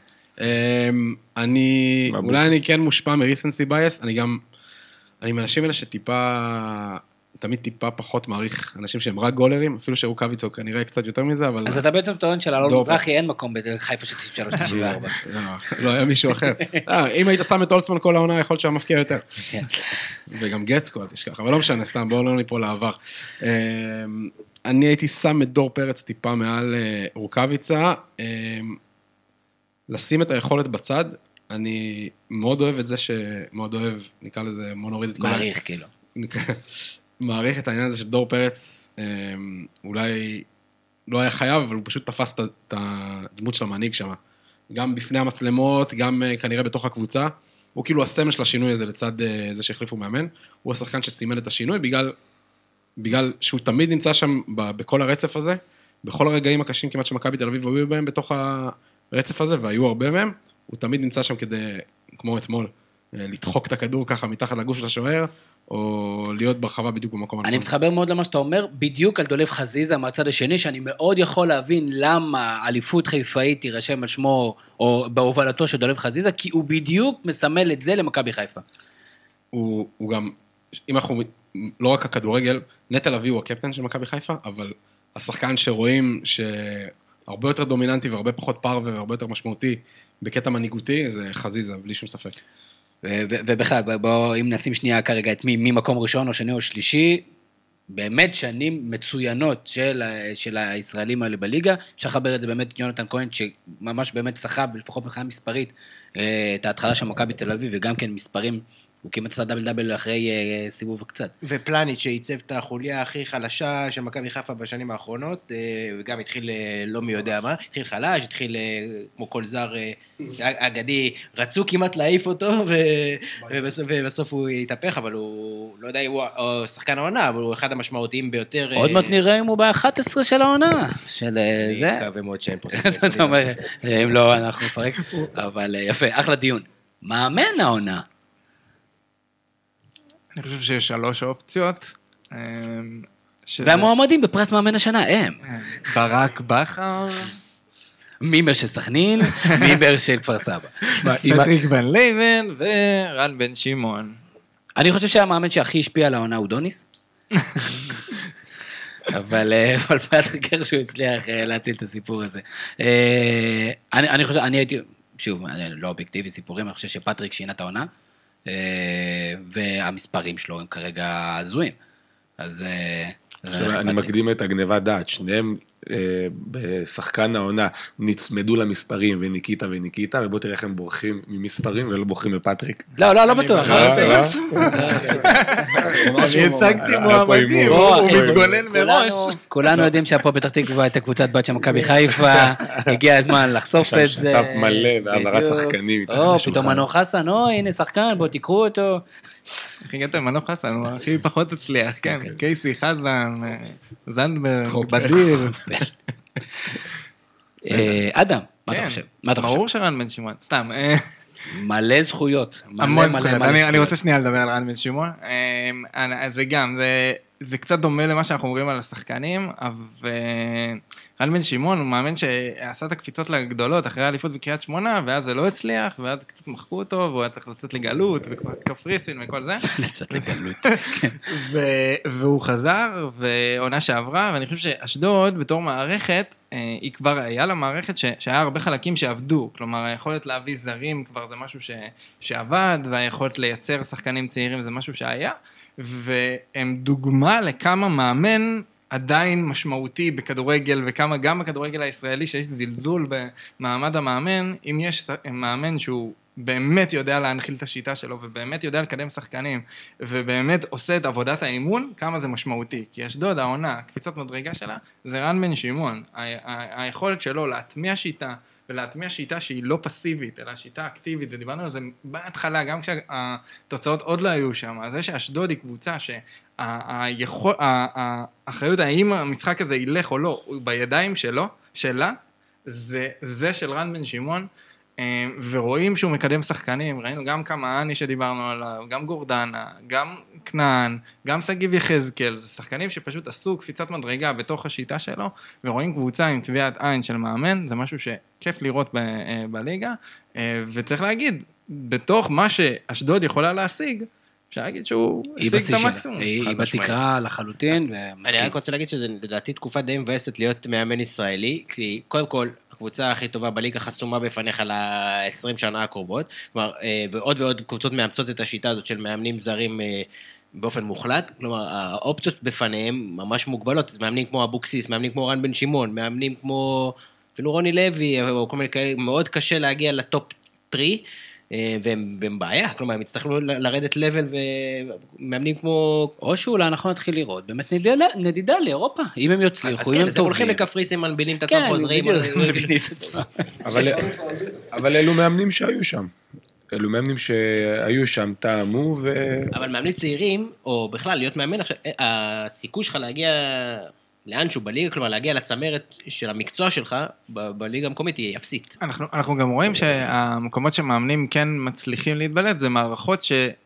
D: אולי אני כן מושפע מריסנסי בייס, אני מאנשים אלה תמיד טיפה פחות מעריך אנשים שהם רק גולרים, אפילו שרוקאביצה הוא כנראה קצת יותר מזה, אבל...
A: אז אתה בעצם טוען שלאלון מזרחי אין מקום בחיפה של 93-94.
D: לא, היה מישהו אחר. אם היית שם את אולצמן כל העונה, יכול להיות שהיה מפקיע יותר. וגם גצקו, תשכח, אבל לא משנה, סתם, בואו לא ניפול לעבר. אני הייתי שם את דור פרץ טיפה מעל רוקאביצה, לשים את היכולת בצד, אני מאוד אוהב את זה מאוד אוהב, נקרא לזה, בוא נוריד את כל...
A: מעריך, כאילו.
D: מעריך את העניין הזה של דור פרץ, אולי לא היה חייב, אבל הוא פשוט תפס את הדמות של המנהיג שם. גם בפני המצלמות, גם כנראה בתוך הקבוצה. הוא כאילו הסמל של השינוי הזה לצד זה שהחליפו מאמן. הוא השחקן שסימן את השינוי, בגלל שהוא תמיד נמצא שם בכל הרצף הזה, בכל הרגעים הקשים כמעט שמכבי תל אביב היו בהם בתוך הרצף הזה, והיו הרבה מהם. הוא תמיד נמצא שם כדי, כמו אתמול, לדחוק את הכדור ככה מתחת לגוף של השוער, או להיות ברחבה בדיוק במקום הנכון.
A: אני מתחבר מאוד למה שאתה אומר, בדיוק על דולב חזיזה מהצד השני, שאני מאוד יכול להבין למה אליפות חיפאית תירשם על שמו, או בהובלתו של דולב חזיזה, כי הוא בדיוק מסמל את זה למכבי חיפה.
D: הוא גם, אם אנחנו, לא רק הכדורגל, נטע לביא הוא הקפטן של מכבי חיפה, אבל השחקן שרואים שהרבה יותר דומיננטי והרבה פחות פרווה והרבה יותר משמעותי בקטע מנהיגותי, זה חזיזה, בלי שום ספק.
A: ובכלל, בואו, אם נשים שנייה כרגע את ממקום ראשון או שני או שלישי, באמת שנים מצוינות של הישראלים האלה בליגה, אפשר לחבר את זה באמת יונתן כהן, שממש באמת שחה, לפחות מבחינה מספרית, את ההתחלה של מכבי תל אביב, וגם כן מספרים, הוא כמעט עשה דאבל אחרי סיבוב וקצת.
F: ופלניץ' שייצב את החוליה הכי חלשה של מכבי חיפה בשנים האחרונות, וגם התחיל לא מי יודע מה, התחיל חלש, התחיל כמו כל זר אגדי, רצו כמעט להעיף אותו, ובסוף הוא יתהפך, אבל הוא, לא יודע, הוא שחקן העונה, אבל הוא אחד המשמעותיים ביותר.
A: עוד מעט נראה אם הוא ב-11 של העונה, של זה.
F: אני מקווה מאוד שאין פה ספק.
A: אתה אומר, אם לא, אנחנו נפרק, אבל יפה, אחלה דיון. מאמן העונה.
C: אני חושב שיש 3 אופציות.
A: והמועמדים בפרס מאמן השנה הם.
C: ברק בכר.
A: מימר של סכנין, מימר של כפר סבא.
C: פטריק בן לייבן ורן בן שמעון.
A: אני חושב שהמאמן שהכי השפיע על העונה הוא דוניס. אבל פטריק איכשהו הצליח להציל את הסיפור הזה. אני חושב, אני הייתי, שוב, לא אובייקטיבי סיפורים, אני חושב שפטריק שינה את העונה. והמספרים שלו הם כרגע הזויים. אז
E: אני מקדים את הגניבת דעת, שניהם בשחקן העונה נצמדו למספרים וניקיטה, ובוא תראה איך הם בורחים ממספרים ולא בורחים מפטריק.
A: לא בטוח.
C: אני הצגתי מועמדים, הוא מתגונן מראש.
A: כולנו יודעים שהפה פתח תקווה את הקבוצת בת של מכבי חיפה, הגיע הזמן לחשוף את זה.
E: שת"פ מלא והעברת שחקנים מתחת לשולחן.
A: פתאום מנור חסן, הנה שחקן, בואו תקראו אותו.
C: איך הגעתם מנור חסן, הוא הכי פחות הצליח, כן. קייסי, חזן, זנדברג, בדיר.
A: אדם, מה אתה חושב?
C: ברור שרן בן שמעון, סתם.
A: מלא זכויות.
C: המון זכויות. אני רוצה שנייה לדבר על רן בן שמעון. זה גם, זה קצת דומה למה שאנחנו אומרים על השחקנים, אבל רן בן שמעון הוא מאמן שעשה את הקפיצות לגדולות אחרי האליפות בקריית שמונה, ואז זה לא הצליח, ואז קצת מחקו אותו, והוא היה צריך לצאת לגלות, וקפריסין וכל זה.
A: לצאת לגלות.
C: והוא חזר, ועונה שעברה, ואני חושב שאשדוד, בתור מערכת, היא כבר היה לה מערכת שהיה הרבה חלקים שעבדו, כלומר, היכולת להביא זרים כבר זה משהו שעבד, והיכולת לייצר שחקנים צעירים זה משהו שהיה, והם דוגמה לכמה מאמן עדיין משמעותי בכדורגל, וכמה גם בכדורגל הישראלי שיש זלזול במעמד המאמן, אם יש מאמן שהוא באמת יודע להנחיל את השיטה שלו, ובאמת יודע לקדם שחקנים, ובאמת עושה את עבודת האימון, כמה זה משמעותי. כי אשדוד, העונה, קפיצת מדרגה שלה, זה רן בן שמעון. היכולת שלו להטמיע שיטה, ולהטמיע שיטה שהיא לא פסיבית, אלא שיטה אקטיבית, ודיברנו על זה בהתחלה, גם כשהתוצאות עוד לא היו שם. אז זה שאשדוד היא קבוצה האחריות, האם המשחק הזה ילך או לא, בידיים שלה, זה של רן בן שמעון, ורואים שהוא מקדם שחקנים, ראינו גם כמה אני שדיברנו עליו, גם גורדנה, גם כנען, גם סגיב יחזקאל, זה שחקנים שפשוט עשו קפיצת מדרגה בתוך השיטה שלו, ורואים קבוצה עם טביעת עין של מאמן, זה משהו שכיף לראות בליגה, וצריך להגיד, בתוך מה שאשדוד יכולה להשיג, אפשר להגיד שהוא השיג את המקסימום.
A: היא בתקרה לחלוטין.
F: אני רק רוצה להגיד שזה לדעתי תקופה די מבאסת להיות מאמן ישראלי, כי קודם כל, הקבוצה הכי טובה בליגה חסומה בפניך ל-20 שנה הקרובות, כלומר, ועוד ועוד קבוצות מאמצות את השיטה הזאת של מאמנים זרים באופן מוחלט, כלומר, האופציות בפניהם ממש מוגבלות, מאמנים כמו אבוקסיס, מאמנים כמו רן בן שמעון, מאמנים כמו אפילו רוני לוי, או כל מיני כאלה, מאוד קשה להגיע לטופ 3, והם בבעיה, כלומר, הם יצטרכו לרדת לבל ומאמנים כמו...
A: או שאולי אנחנו נתחיל לראות, באמת נדידה לאירופה, אם הם יצליחו, אם הם
F: אז כן, אז הם הולכים
A: טובים.
F: לקפריסין, מלבינים את עצמם, חוזרים.
A: מלבינים את עצמם.
E: אבל אלו מאמנים שהיו שם. אלו מאמנים שהיו שם, טעמו
F: אבל מאמנים צעירים, או בכלל להיות מאמן, הסיכוי שלך להגיע לאנשהו בליגה, כלומר להגיע לצמרת של המקצוע שלך, בליגה המקומית היא אפסית.
C: אנחנו גם רואים שהמקומות שמאמנים כן מצליחים להתבלט, זה מערכות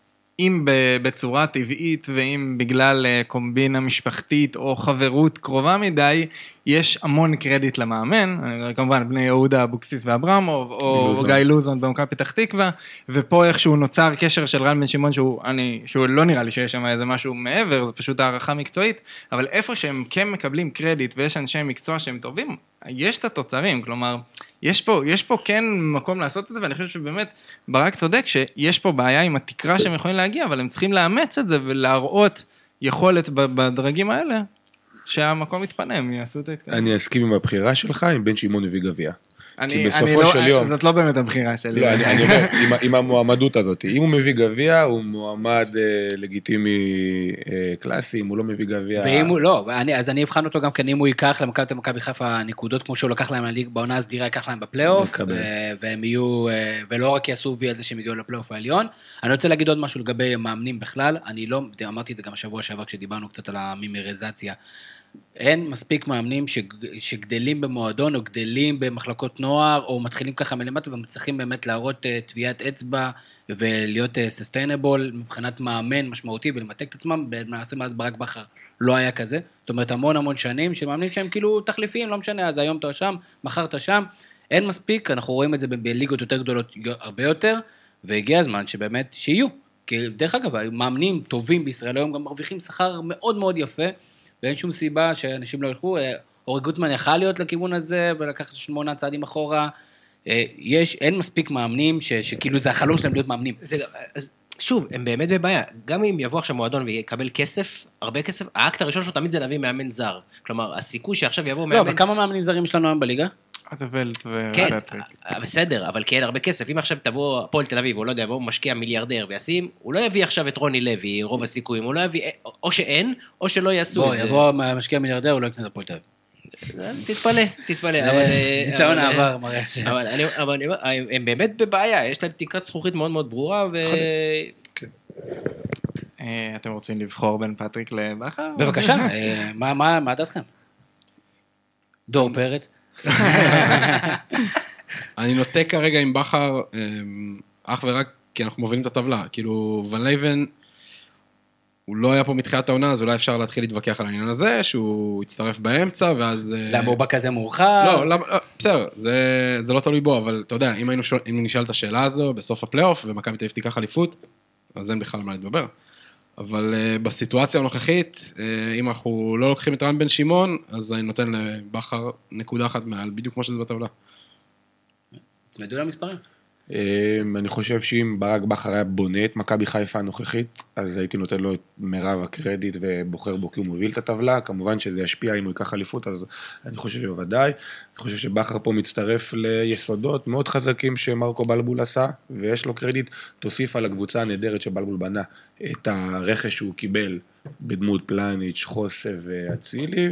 C: שאם בצורה טבעית, ואם בגלל קומבינה משפחתית או חברות קרובה מדי, יש המון קרדיט למאמן, כמובן בני יהודה, אבוקסיס ואברמוב, או גיא לוזון במכבי פתח תקווה, ופה איכשהו נוצר קשר של רן בן שמעון, שהוא לא נראה לי שיש שם איזה משהו מעבר, זה פשוט הערכה מקצועית, אבל איפה שהם כן מקבלים קרדיט, ויש אנשי מקצוע שהם טובים, יש את התוצרים, כלומר, יש פה כן מקום לעשות את זה, ואני חושב שבאמת ברק צודק שיש פה בעיה עם התקרה שהם יכולים להגיע, אבל הם צריכים לאמץ את זה ולהראות יכולת בדרגים האלה, שהמקום יתפנה, הם יעשו את ההתקדמות.
E: אני אסכים עם הבחירה שלך, עם בן שמעון הביא גביע. כי בסופו של יום...
C: זאת לא באמת הבחירה שלי.
E: לא, אני אומר, עם המועמדות הזאת, אם הוא מביא גביע, הוא מועמד לגיטימי קלאסי, אם הוא לא מביא גביע...
A: ואם הוא לא, אז אני אבחן אותו גם כן, אם הוא ייקח למכבי חיפה נקודות, כמו שהוא לקח להם בעונה הסדירה, ייקח להם בפלייאוף, והם יהיו, ולא רק יעשו וי על זה שהם יגיעו לפלייאוף העליון. אני רוצה להגיד עוד משהו לגבי מאמנים בכלל, אני לא, אמרתי את זה גם השבוע שעבר, כשדיברנו קצת על המימריזציה, אין מספיק מאמנים שגדלים במועדון, או גדלים במחלקות נוער, או מתחילים ככה מלמטה, ומצליחים באמת להראות טביעת אצבע, ולהיות sustainable מבחינת מאמן משמעותי, ולמתק את עצמם, במעשה מאז ברק בכר לא היה כזה. זאת אומרת, המון שנים, שמאמנים שהם כאילו תחליפיים, לא משנה, אז היום אתה שם, מחר אתה שם, אין מספיק, אנחנו רואים את זה בליגות יותר גדולות הרבה יותר, והגיע הזמן שבאמת שיהיו. כי דרך אגב, מאמנים טובים בישראל היום גם מרוויחים שכר מאוד יפה, ואין שום סיבה שאנשים לא ילכו, אורי גוטמן יכל להיות לכיוון הזה, ולקחת 8 צעדים אחורה, אין מספיק מאמנים, שכאילו זה החלום שלהם להיות מאמנים.
F: שוב, הם באמת בבעיה, גם אם יבוא עכשיו מועדון ויקבל כסף, הרבה כסף, האקט הראשון שלו תמיד זה להביא מאמן זר, כלומר, הסיכוי שעכשיו יבוא מאמן...
A: לא, אבל כמה מאמנים זרים יש לנו היום בליגה?
F: כן, בסדר, אבל כי אין הרבה כסף, אם עכשיו תבוא הפועל תל אביב, או לא יודע, יבוא משקיע מיליארדר וישים, הוא לא יביא עכשיו את רוני לוי, רוב הסיכויים, הוא לא יביא, או שאין, או שלא יעשו את זה.
A: יבוא משקיע מיליארדר, הוא לא יקנה את הפועל תל אביב.
F: תתפלא.
A: ניסיון העבר מראה ש...
F: אבל הם באמת בבעיה, יש להם תקרת זכוכית מאוד מאוד ברורה,
C: אתם רוצים לבחור בין פטריק לבכר?
A: בבקשה, מה דעתכם? דור פרץ?
D: אני נוטה כרגע עם בכר, אך ורק כי אנחנו מובילים את הטבלה. כאילו, ון לייבן, הוא לא היה פה מתחילת העונה, אז אולי אפשר להתחיל להתווכח על העניין הזה, שהוא יצטרף באמצע, ואז...
A: למה הוא בא כזה מאוחר?
D: לא, בסדר, זה לא תלוי בו, אבל אתה יודע, אם נשאל את השאלה הזו, בסוף הפלייאוף, ומכבי תל אביב תיקח אליפות, אז אין בכלל מה לדבר. אבל בסיטואציה הנוכחית, אם אנחנו לא לוקחים את רן בן שמעון, אז אני נותן לבכר נקודה אחת מעל, בדיוק כמו שזה בטבלה.
A: צמדו למספרים.
E: אני חושב שאם ברק בכר היה בונה את מכבי חיפה הנוכחית, אז הייתי נותן לו את מרב הקרדיט ובוחר בו כי הוא מוביל את הטבלה, כמובן שזה ישפיע אם הוא ייקח אליפות, אז אני חושב שבוודאי, אני חושב שבכר פה מצטרף ליסודות מאוד חזקים שמרקו בלבול עשה, ויש לו קרדיט, תוסיף על הקבוצה הנהדרת שבלבול בנה, את הרכש שהוא קיבל בדמות פלניץ', חוסה ואצילי,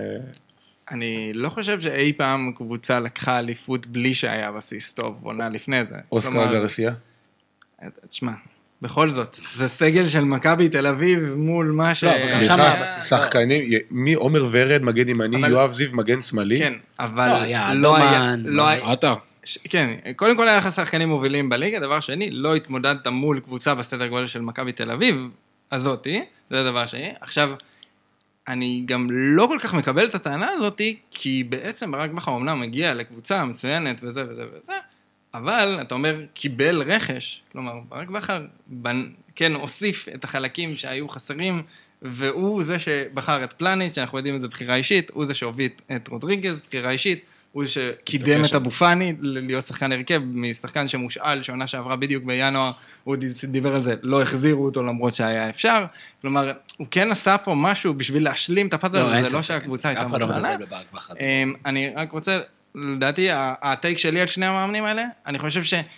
C: אני לא חושב שאי פעם קבוצה לקחה אליפות בלי שהיה בסיס טוב, עונה לפני זה.
E: אוסקר גרסיה?
C: תשמע, בכל זאת, זה סגל של מכבי תל אביב מול מה ש...
E: שחקנים, עומר ורד, מגן ימני, יואב זיו, מגן שמאלי.
C: כן, אבל לא היה...
D: אתה.
C: כן, קודם כל היה לך שחקנים מובילים בליגה, דבר שני, לא התמודדת מול קבוצה בסדר גודל של מכבי תל אביב, הזאתי, זה הדבר שני. עכשיו, אני גם לא כל כך מקבל את הטענה הזאת, כי בעצם ברק בכר אומנם מגיע לקבוצה מצוינת וזה וזה וזה, אבל אתה אומר, קיבל רכש, כלומר, ברק בכר כן הוסיף את החלקים שהיו חסרים, והוא זה שבחר את פלניץ', שאנחנו יודעים את זה בחירה אישית, הוא זה שהוביל את רודריגז, בחירה אישית, הוא שקידם את אבו פאני להיות שחקן הרכב, משחקן שמושאל, שעונה שעברה בדיוק בינואר, הוא דיבר על זה, לא החזירו אותו למרות שהיה אפשר, כלומר, הוא כן עשה פה משהו בשביל להשלים את הפאזל הזה, זה לא שהקבוצה הייתה מוכנה. אני רק רוצה, לדעתי, הטייק שלי על שני המאמנים האלה, אני חושב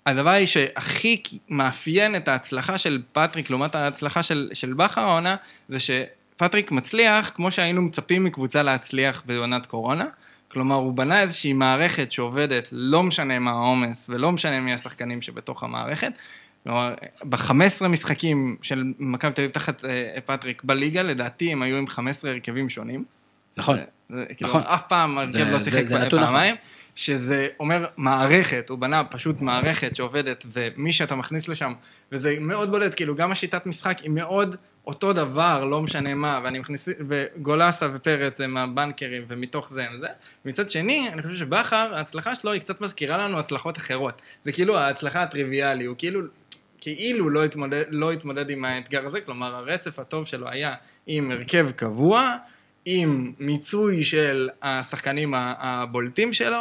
C: הדבר שהכי מאפיין את ההצלחה של פטריק, לעומת ההצלחה של בכר העונה, זה שפטריק מצליח, כמו שהיינו מצפים מקבוצה להצליח בעונת קורונה, כלומר, הוא בנה איזושהי מערכת שעובדת, לא משנה מה העומס, ולא משנה מי השחקנים שבתוך המערכת, כלומר, ב-15 משחקים של מכבי תל אביב תחת פטריק בליגה, לדעתי הם היו עם 15 הרכבים שונים.
A: נכון.
C: כאילו, אף פעם הרכב לא שיחק פעמיים, שזה אומר מערכת, הוא בנה פשוט מערכת שעובדת, ומי שאתה מכניס לשם, וזה מאוד בולט, כאילו, גם השיטת משחק היא מאוד אותו דבר, לא משנה מה, ואני מכניס, וגולסה ופרץ הם הבנקרים, ומתוך זה הם זה. מצד שני, אני חושב שבכר, ההצלחה שלו היא קצת מזכירה לנו הצלחות אחרות. זה כאילו ההצלחה הטריוויאלי, הוא כאילו לא התמודד עם האתגר הזה, כלומר, הרצף הטוב שלו היה עם הרכב קבוע, עם מיצוי של השחקנים הבולטים שלו,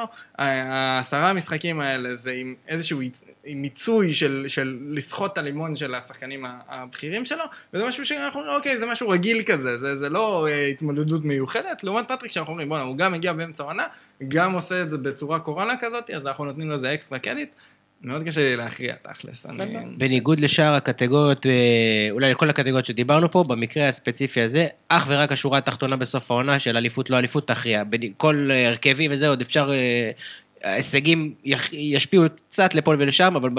C: 10 המשחקים האלה זה עם איזשהו מיצוי של לסחוט את הלימון של השחקנים הבכירים שלו, וזה משהו שאנחנו אומרים, אוקיי, זה משהו רגיל כזה, זה לא התמודדות מיוחדת, לעומת פטריק שאנחנו אומרים, בוא'נה, הוא גם הגיע באמצע העונה, גם עושה את זה בצורה קורונה כזאת, אז אנחנו נותנים לזה אקסטרה קרדיט, מאוד קשה להכריע, תכלס.
F: בניגוד לשאר הקטגוריות, אולי לכל הקטגוריות שדיברנו פה, במקרה הספציפי הזה, אך ורק השורה התחתונה בסוף העונה של אליפות לא אליפות תכריע. כל הרכבי וזה עוד אפשר, ההישגים ישפיעו קצת לפה ולשם, אבל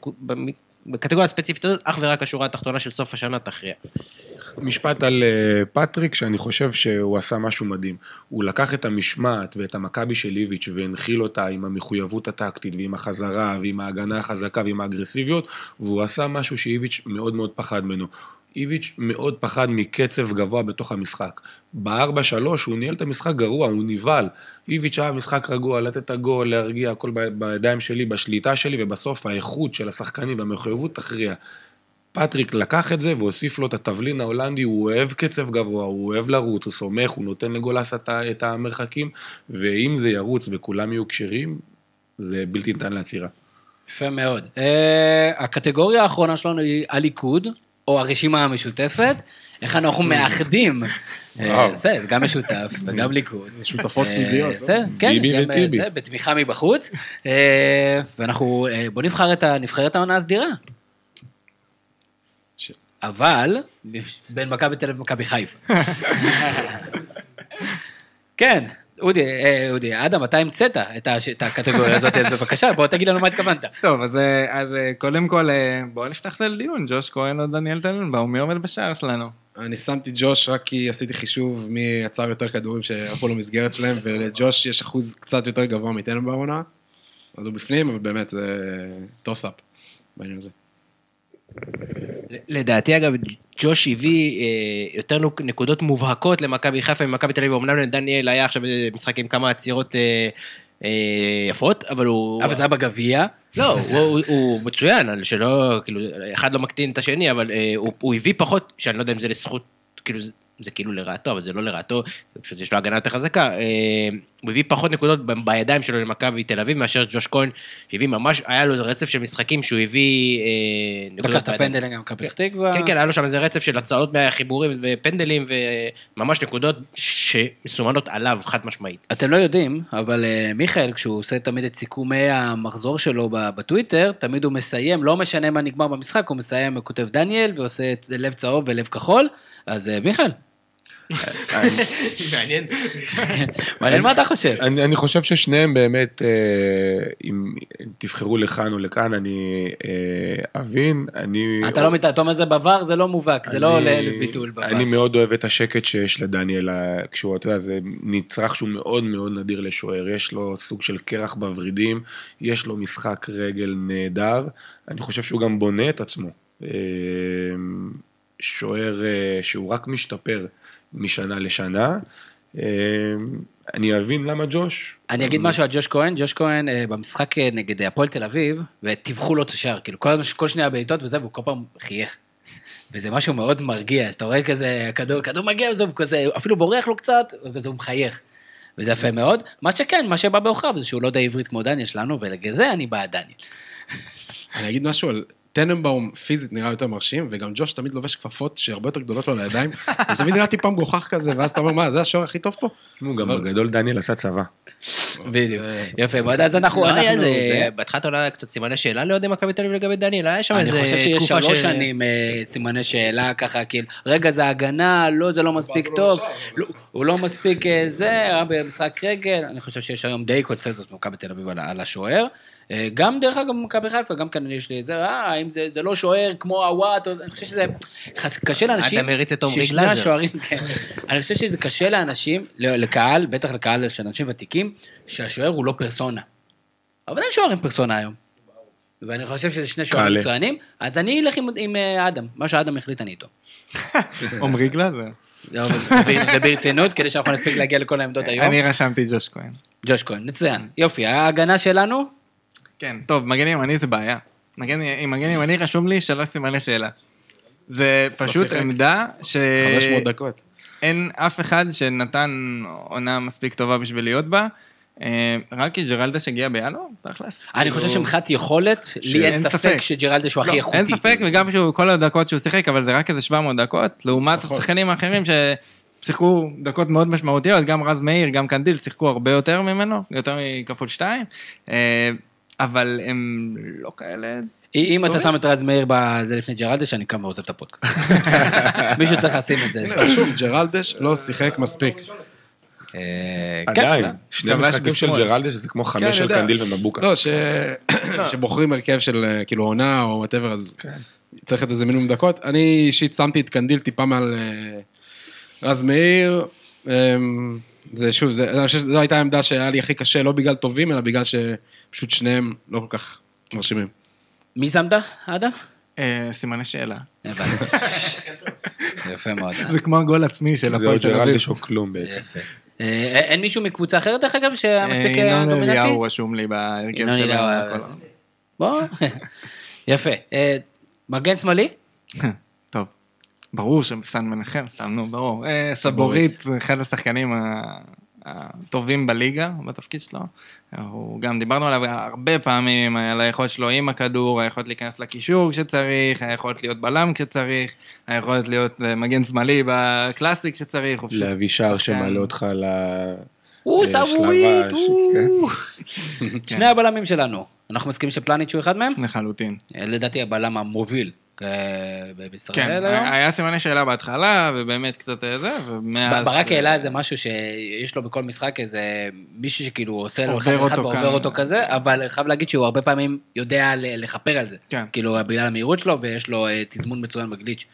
F: בקטגוריה הספציפית הזאת, אך ורק השורה התחתונה של סוף השנה תכריע.
E: משפט על פטריק, שאני חושב שהוא עשה משהו מדהים. הוא לקח את המשמעת ואת המכבי של איביץ' והנחיל אותה עם המחויבות הטקטית, ועם החזרה, ועם ההגנה החזקה, ועם האגרסיביות, והוא עשה משהו שאיביץ' מאוד מאוד פחד ממנו. איביץ' מאוד פחד מקצב גבוה בתוך המשחק. ב-4-3 הוא ניהל את המשחק גרוע, הוא ניבל. איביץ' היה משחק רגוע, לתת את הגול, להרגיע, הכל בידיים שלי, בשליטה שלי, ובסוף האיכות של השחקנים והמחויבות תכריע. פטריק לקח את זה והוסיף לו את התבלין ההולנדי, הוא אוהב קצב גבוה, הוא אוהב לרוץ, הוא סומך, הוא נותן לגולס את המרחקים, ואם זה ירוץ וכולם יהיו קשרים, זה בלתי ניתן לעצירה.
A: יפה מאוד. הקטגוריה האחרונה שלנו היא הליכוד, או הרשימה המשותפת, איך אנחנו מאחדים. זה גם משותף וגם ליכוד.
D: שותפות סודיות.
A: כן,
E: ביבי וטיבי.
A: בתמיכה מבחוץ. ואנחנו, בוא נבחר את הנבחרת העונה הסדירה. אבל, בין מכבי תל אביב ומכבי חיפה. כן, אודי, אדם, אתה המצאת את הקטגוריה הזאת, אז בבקשה, בוא תגיד לנו מה התכוונת.
C: טוב, אז קודם כל, בואו נפתח את לדיון, ג'וש כהן או דניאל טננבאום, מי עומד בשער שלנו?
D: אני שמתי ג'וש רק כי עשיתי חישוב מי יצר יותר כדורים שעפו למסגרת שלהם, ולג'וש יש אחוז קצת יותר גבוה מטננבאום בעונה, אז הוא בפנים, אבל באמת זה טוס-אפ בעניין הזה.
F: לדעתי אגב, ג'וש הביא יותר נקודות מובהקות למכבי חיפה ומכבי תל אביב, אמנם דניאל היה עכשיו משחק עם כמה עצירות יפות, אבל הוא...
A: אבל זה היה בגביע.
F: לא, הוא מצוין, שלא, כאילו, אחד לא מקטין את השני, אבל הוא הביא פחות, שאני לא יודע אם זה לזכות, כאילו, זה כאילו לרעתו, אבל זה לא לרעתו, פשוט יש לו הגנה יותר חזקה, הוא הביא פחות נקודות בידיים שלו למכבי תל אביב, מאשר ג'וש כהן, שהביא ממש, היה לו רצף של משחקים שהוא הביא
A: לקח את הפנדלים גם מכבי פתח תקווה.
F: כן, כן, היה לו שם איזה רצף של הצעות מהחיבורים ופנדלים, וממש נקודות שמסומנות עליו חד משמעית.
A: אתם לא יודעים, אבל מיכאל, כשהוא עושה תמיד את סיכומי המחזור שלו בטוויטר, תמיד הוא מסיים, לא משנה מה נגמר במשחק, הוא מסיים, הוא כותב דניאל, ועושה את לב צהוב ולב כחול, אז מיכאל.
F: מעניין.
A: מעניין מה אתה חושב?
E: אני חושב ששניהם באמת, אם תבחרו לכאן או לכאן, אני אבין,
A: אתה לא אתה אומר זה בעבר, זה לא מובהק, זה לא לביטול בעבר.
E: אני מאוד אוהב את השקט שיש לדניאל, כשהוא, אתה יודע, זה נצרך שהוא מאוד מאוד נדיר לשוער, יש לו סוג של קרח בוורידים, יש לו משחק רגל נהדר, אני חושב שהוא גם בונה את עצמו. שוער שהוא רק משתפר משנה לשנה. אני אבין למה ג'וש.
A: אני אגיד משהו על ג'וש כהן. ג'וש כהן במשחק נגד הפועל תל אביב, וטבחו לו את השער, כאילו כל שנייה בעיטות וזה, והוא כל פעם חייך. וזה משהו מאוד מרגיע, אז אתה רואה כזה, כדור מגיע וזה, וכזה, אפילו בורח לו קצת, וכזה הוא מחייך. וזה יפה מאוד. מה שכן, מה שבא באוכריו, זה שהוא לא די עברית כמו דניאל שלנו, ולגזה אני בעד דניאל.
D: אני אגיד משהו על טננבאום פיזית נראה יותר מרשים, וגם ג'וש תמיד לובש כפפות שהרבה יותר גדולות לו לידיים, אז תמיד נראה טיפה מגוחך כזה, ואז אתה אומר, מה, זה השוער הכי טוב פה?
E: גם בגדול דניאל עשה צבא.
A: בדיוק. יפה, מאוד, אז אנחנו...
F: לא היה זה, בהתחלת עולה קצת סימני שאלה לאוהדי מכבי תל אביב לגבי דניאל, היה שם
A: אני
F: איזה
A: חושב שיש
F: תקופה
A: 3 שנים סימני שאלה ככה, כאילו, רגע זה הגנה, לא, זה לא מספיק טוב, הוא לא מספיק זה, היה במשחק רגל, אני חושב שיש היום די קונצנזוס במכבי תל אביב על השוער, גם דרך אגב במכבי חיפה, גם כאן יש לי זה, אם זה לא שוער כמו הוואט, אני חושב שזה קשה לאנשים,
F: אתה מריץ את עומרי
A: ששני
F: גלאזר.
A: השוערים, כן, אני חושב שזה קשה לאנשים, לקהל, בטח לקהל של אנשים ותיקים, שהשוער הוא לא פרסונה. אבל אין שוערים פרסונה היום. ואני חושב שזה שני שוערים מצוינים, אז אני אלך עם אדם, מה שאדם החליט אני איתו.
C: עומרי גלאזר.
A: זה ברצינות, כדי שאנחנו נספיק להגיע לכל העמדות היום.
C: אני רשמתי ג'וש כהן.
A: ג'וש כהן, מצוין. יופי, ההגנה שלנו?
C: כן, טוב, מגן ימני זה בעיה. עם מגן ימני רשום לי 3 סימני שאלה. זה פשוט עמדה
D: 500 דקות.
C: אין אף אחד שנתן עונה מספיק טובה בשביל להיות בה, רק כי ג'רלדש הגיע בינואר, תכלס.
A: אני חושב שמחת יכולת, לי אין ספק שג'רלדש הוא הכי איכותי.
C: אין ספק, וגם כל הדקות שהוא שיחק, אבל זה רק איזה 700 דקות, לעומת השחקנים האחרים ששיחקו דקות מאוד משמעותיות, גם רז מאיר, גם קנדיל, שיחקו הרבה יותר ממנו, יותר מכפול 2, אבל הם לא כאלה...
A: אם אתה שם את רז מאיר בזה לפני ג'רלדש, אני קם ועוזב את הפודקאסט. מישהו צריך לשים את זה.
D: שוב, ג'רלדש לא שיחק מספיק.
E: עדיין, 2 משחקים של ג'רלדש זה כמו 5 של קנדיל ומבוקה.
D: לא, שבוחרים הרכב של כאילו עונה או whatever, אז צריך את איזה מינימום דקות. אני אישית שמתי את קנדיל טיפה מעל רז מאיר. זה שוב, אני חושב שזו הייתה העמדה שהיה לי הכי קשה, לא בגלל טובים, אלא בגלל שפשוט שניהם לא כל כך מרשימים.
A: מי שמת, אדם?
C: סימני שאלה.
A: יפה מאוד.
C: זה כמו הגול עצמי של הפועל תל אביב.
E: זה ג'רלדש או כלום בעצם.
A: אין מישהו מקבוצה אחרת, דרך אגב, שהמספיק
C: ינון
A: דומיננטי?
C: אליהו רשום לי בהרכב של הכל.
A: בוא, יפה. מגן שמאלי?
C: טוב, ברור שסן מנחם, סתם, נו, ברור. סבורית, אחד השחקנים הטובים בליגה, בתפקיד שלו. הוא גם דיברנו עליו הרבה פעמים, על היכולת שלו עם הכדור, היכולת להיכנס לקישור כשצריך, היכולת להיות בלם כשצריך, היכולת להיות מגן שמאלי בקלאסי כשצריך.
E: להביא שער שמעלה אותך
A: סבורית, שני הבלמים שלנו. אנחנו מסכימים שפלניץ' הוא אחד מהם?
C: לחלוטין.
A: לדעתי הבלם המוביל. בישראל
C: כן,
A: היום.
C: היה סימני שאלה בהתחלה, ובאמת קצת זה, ומאז...
A: ברק העלה איזה משהו שיש לו בכל משחק, איזה מישהו שכאילו עושה לו
C: עובר
A: אותו כזה, אבל חייב להגיד שהוא הרבה פעמים יודע לחפר על זה.
C: כן.
A: כאילו, בגלל המהירות שלו, ויש לו תזמון מצוין בגליץ'.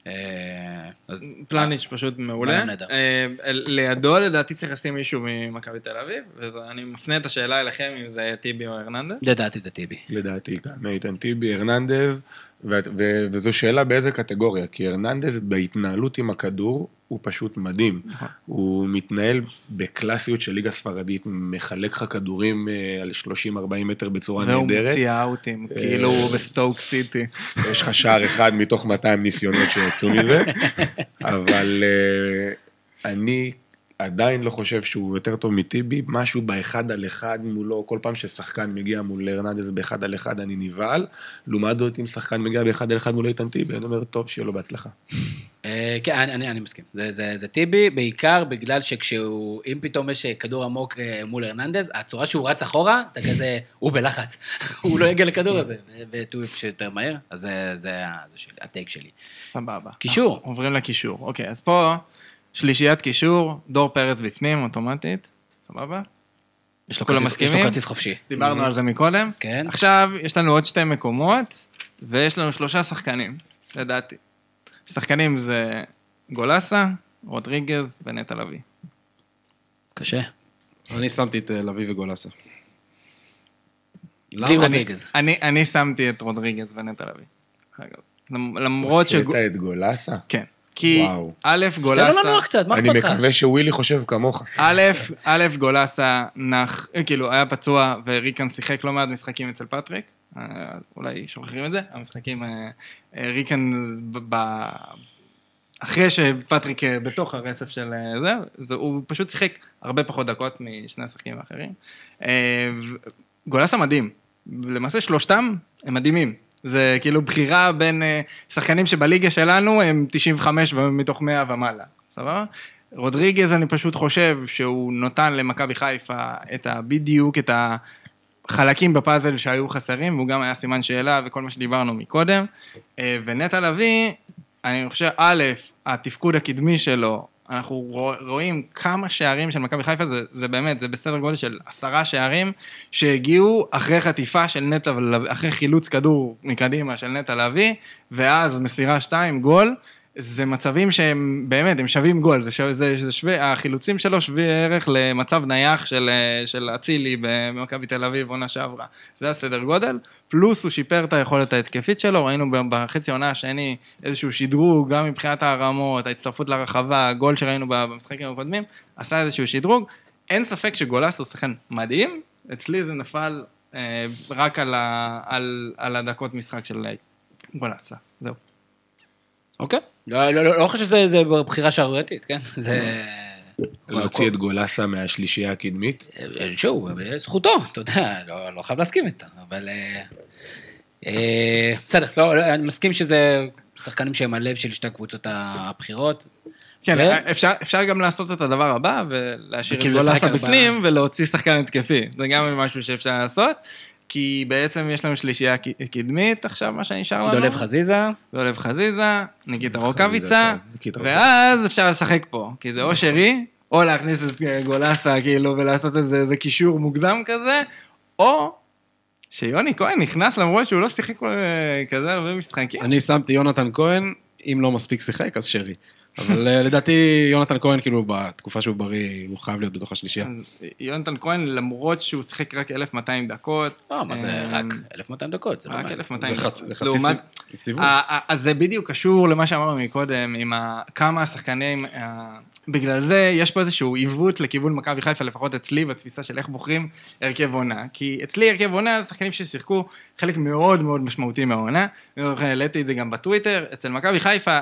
C: פלניץ' פשוט מעולה. לידו לדעתי צריך לשים מישהו ממכבי תל אביב, ואני מפנה את השאלה אליכם אם זה טיבי או הרננדז.
A: לדעתי זה טיבי.
E: לדעתי גם, איתן טיבי, הרננדז, וזו שאלה באיזה קטגוריה, כי הרננדז בהתנהלות עם הכדור הוא פשוט מדהים. הוא מתנהל בקלאסיות של ליגה ספרדית, מחלק לך כדורים על 30-40 מטר בצורה נהדרת.
C: והוא מוציא אאוטים, כאילו הוא בסטוק סיטי.
E: יש לך שער אחד מתוך 200 ניסיונות שיצאו מזה, אבל אני עדיין לא חושב שהוא יותר טוב מטיבי, משהו באחד על אחד מולו, כל פעם ששחקן מגיע מול הרננדז באחד על אחד אני נבעל, לעומת זאת אם שחקן מגיע באחד על אחד מול איתן טיבי, אני אומר טוב שיהיה לו בהצלחה.
A: כן, אני מסכים. זה טיבי, בעיקר בגלל שכשהוא, אם פתאום יש כדור עמוק מול הרננדז, הצורה שהוא רץ אחורה, אתה כזה, הוא בלחץ. הוא לא יגיע לכדור הזה, וטובי שיותר מהר, אז זה הטייק שלי.
C: סבבה.
A: קישור.
C: עוברים לקישור. אוקיי, אז פה שלישיית קישור, דור פרץ בפנים, אוטומטית. סבבה?
A: יש לו כרטיס חופשי.
C: דיברנו על זה מקודם.
A: כן.
C: עכשיו, יש לנו עוד 2 מקומות, ויש לנו 3 שחקנים, לדעתי. שחקנים זה גולסה, רודריגז ונטע לביא.
A: קשה.
D: אני שמתי את לביא וגולסה.
A: בלי רודריגז.
C: אני שמתי את רודריגז ונטע לביא. למרות
E: עשית את גולסה?
C: כן. כי א' גולסה...
A: תן לו לנוח קצת, מה אכפת לך?
E: אני מקווה שווילי חושב כמוך.
C: א' גולסה נח, כאילו היה פצוע וריקן שיחק לא מעט משחקים אצל פטריק, אולי שוכחים את זה, המשחקים ריקן אחרי שפטריק בתוך הרצף של זה, הוא פשוט שיחק הרבה פחות דקות משני השחקים האחרים. גולסה מדהים, למעשה 3 הם מדהימים, זה כאילו בחירה בין שחקנים שבליגה שלנו הם 95 מתוך 100 ומעלה, סבבה? רודריגז אני פשוט חושב שהוא נותן למכבי חיפה בדיוק את החלקים בפאזל שהיו חסרים, והוא גם היה סימן שאלה וכל מה שדיברנו מקודם, ונטע לביא, אני חושב, א', התפקוד הקדמי שלו, אנחנו רואים כמה שערים של מכבי חיפה, זה באמת, זה בסדר גודל של 10 שערים, שהגיעו אחרי חטיפה של נטע, אחרי חילוץ כדור מקדימה של נטע לביא, ואז מסירה 2, גול, זה מצבים שהם באמת, הם שווים גול, החילוצים שלו שווה ערך למצב נייח של אצילי במכבי תל אביב, עונה שעברה. זה הסדר גודל, פלוס הוא שיפר את היכולת ההתקפית שלו, ראינו בחצי עונה השני איזשהו שדרוג, גם מבחינת הרמות, ההצטרפות לרחבה, הגול שראינו במשחקים הקודמים, עשה איזשהו שדרוג. אין ספק שגולס הוא שחקן מדהים, אצלי זה נפל רק על הדקות משחק של גולס, זהו.
A: אוקיי. לא חושב שזה בבחירה שערורייתית, כן? זה...
E: להוציא את גולסה מהשלישייה הקדמית?
A: שוב, זכותו, אתה יודע, לא חייב להסכים איתה, אבל... בסדר, אני מסכים שזה שחקנים שהם הלב של שתי הקבוצות הבחירות.
C: כן, אפשר גם לעשות את הדבר הבא, ולהשאיר את גולסה בפנים, ולהוציא שחקן התקפי. זה גם משהו שאפשר לעשות. כי בעצם יש לנו שלישייה קדמית, עכשיו מה שנשאר לנו. דולב חזיזה, ניקיטה רוקאביצה, ואז אפשר לשחק פה, כי זה או שרי, או להכניס את גולסה, כאילו, ולעשות איזה קישור מוגזם כזה, או שיוני כהן נכנס למרות שהוא לא שיחק כזה הרבה משחקים.
D: אני שמתי יונתן כהן, אם לא מספיק שיחק, אז שרי. אבל לדעתי יונתן כהן, כאילו, בתקופה שהוא בריא, הוא חייב להיות בתוך השלישייה.
C: יונתן כהן, למרות שהוא שיחק רק 1200 דקות.
A: מה זה רק 1200 דקות?
C: רק 1200 דקות.
D: זה חצי סיבוב.
C: אז זה בדיוק קשור למה שאמרנו מקודם, עם כמה השחקנים, בגלל זה יש פה איזשהו עיוות לכיוון מכבי חיפה, לפחות אצלי, בתפיסה של איך בוחרים הרכב עונה. כי אצלי הרכב עונה, זה שחקנים ששיחקו חלק מאוד מאוד משמעותי מהעונה. אני העליתי את זה גם בטוויטר. אצל מכבי חיפה,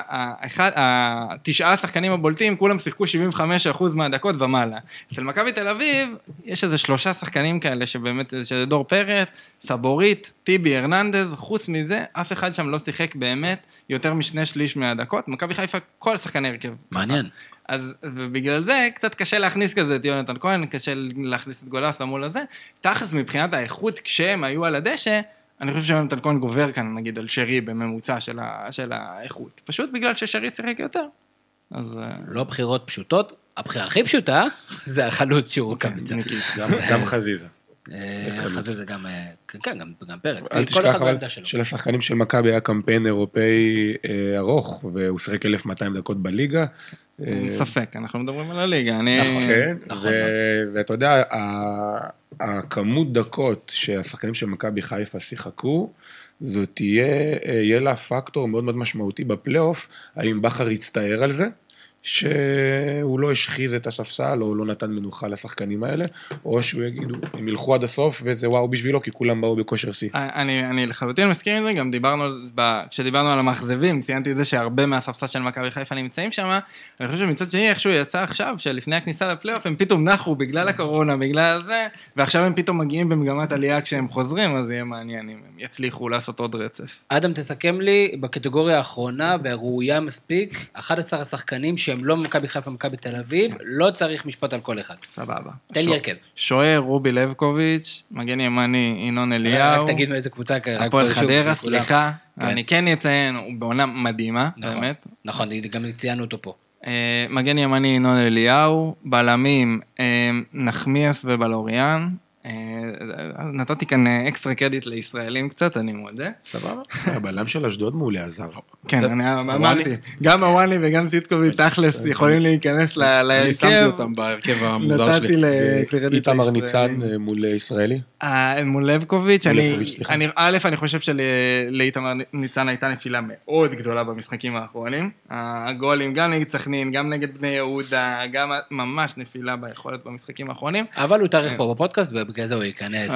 C: 9 שחקנים הבולטים, כולם שיחקו 75% מהדקות ומעלה. אצל מכבי תל אביב, יש איזה 3 שחקנים כאלה, שבאמת, שזה דור פרט, סבורית, טיבי, הרננדז, חוץ מזה, אף אחד שם לא שיחק באמת יותר מ2/3 מהדקות. מכבי חיפה, כל שחקני הרכב.
A: מעניין.
C: אז, ובגלל זה, קצת קשה להכניס כזה את יונתן כהן, קשה להכניס את גולסה מול הזה. תכלס מבחינת האיכות, כשהם היו על הדשא, אני חושב שיונתן כהן גובר כאן, נגיד, על שרי בממוצע של האיכות. פשוט בגלל ששרי שיחק יותר. אז...
A: לא בחירות פשוטות, הבחירה הכי פשוטה, זה החלוץ שהוא רוקאביצה.
E: גם חזיזה.
A: חזיזה גם, כן, גם פרץ.
E: אל תשכח אבל שלשחקנים של מכבי היה קמפיין אירופאי ארוך, והוא שיחק 1200 דקות בליגה.
C: ספק, אנחנו מדברים על הליגה.
E: נכון. ואתה יודע, הכמות דקות שהשחקנים של מכבי חיפה שיחקו, זאת יהיה לה פקטור מאוד מאוד משמעותי בפלייאוף, האם בכר יצטער על זה, שהוא לא השחיז את הספסל, או לא נתן מנוחה לשחקנים האלה, או שהוא יגידו, הם ילכו עד הסוף, וזה וואו בשבילו, כי כולם באו בכושר שיא.
C: אני לחלוטין מסכים עם זה, גם כשדיברנו על המאכזבים, ציינתי את זה שהרבה מהספסל של מכבי חיפה נמצאים שם, אני חושב שמצד שני, איכשהו יצא עכשיו, שלפני הכניסה לפלייאוף, הם פתאום נחו בגלל הקורונה, בגלל זה, ועכשיו הם פתאום מגיעים במגמת עלייה כשהם חוזרים, אז יהיה מעניין אם הם יצליחו לעשות עוד רצף.
A: אדם, תסכם לי, בקטגוריה האחרונה, והראויה מספיק, 11 השחקנים שהם לא מכבי חיפה, מכבי תל אביב, לא צריך משפט על כל אחד.
C: סבבה.
A: תן לי הרכב.
C: שוער רובי לבקוביץ', מגן ימני ינון אליהו.
A: רק תגיד מאיזה קבוצה.
C: הפועל חדרה, סליחה. אני כן אציין, הוא בעונה מדהימה, באמת.
A: נכון, גם ציינו אותו פה.
C: מגן ימני ינון אליהו, בלמים נחמיאס ובלוריאן. נתתי כאן אקסטרה קרדיט לישראלים קצת, אני מודה.
E: סבבה. הבלם של אשדוד מעולה עזר.
C: כן, אני אמרתי. גם הוואני וגם סיטקובי תכלס יכולים להיכנס להרכב.
D: אני שמתי אותם בהרכב המוזר שלי.
C: נתתי לקרדיט
E: איתמר ניצן מול ישראלי?
C: מול לבקוביץ'. אני חושב שלאיתמר ניצן הייתה נפילה מאוד גדולה במשחקים האחרונים. הגולים גם נגד סכנין, גם נגד בני יהודה, גם ממש נפילה ביכולת במשחקים האחרונים.
A: אבל הוא תאריך פה בפודקאסט, ובגלל זה הוא ייכנס.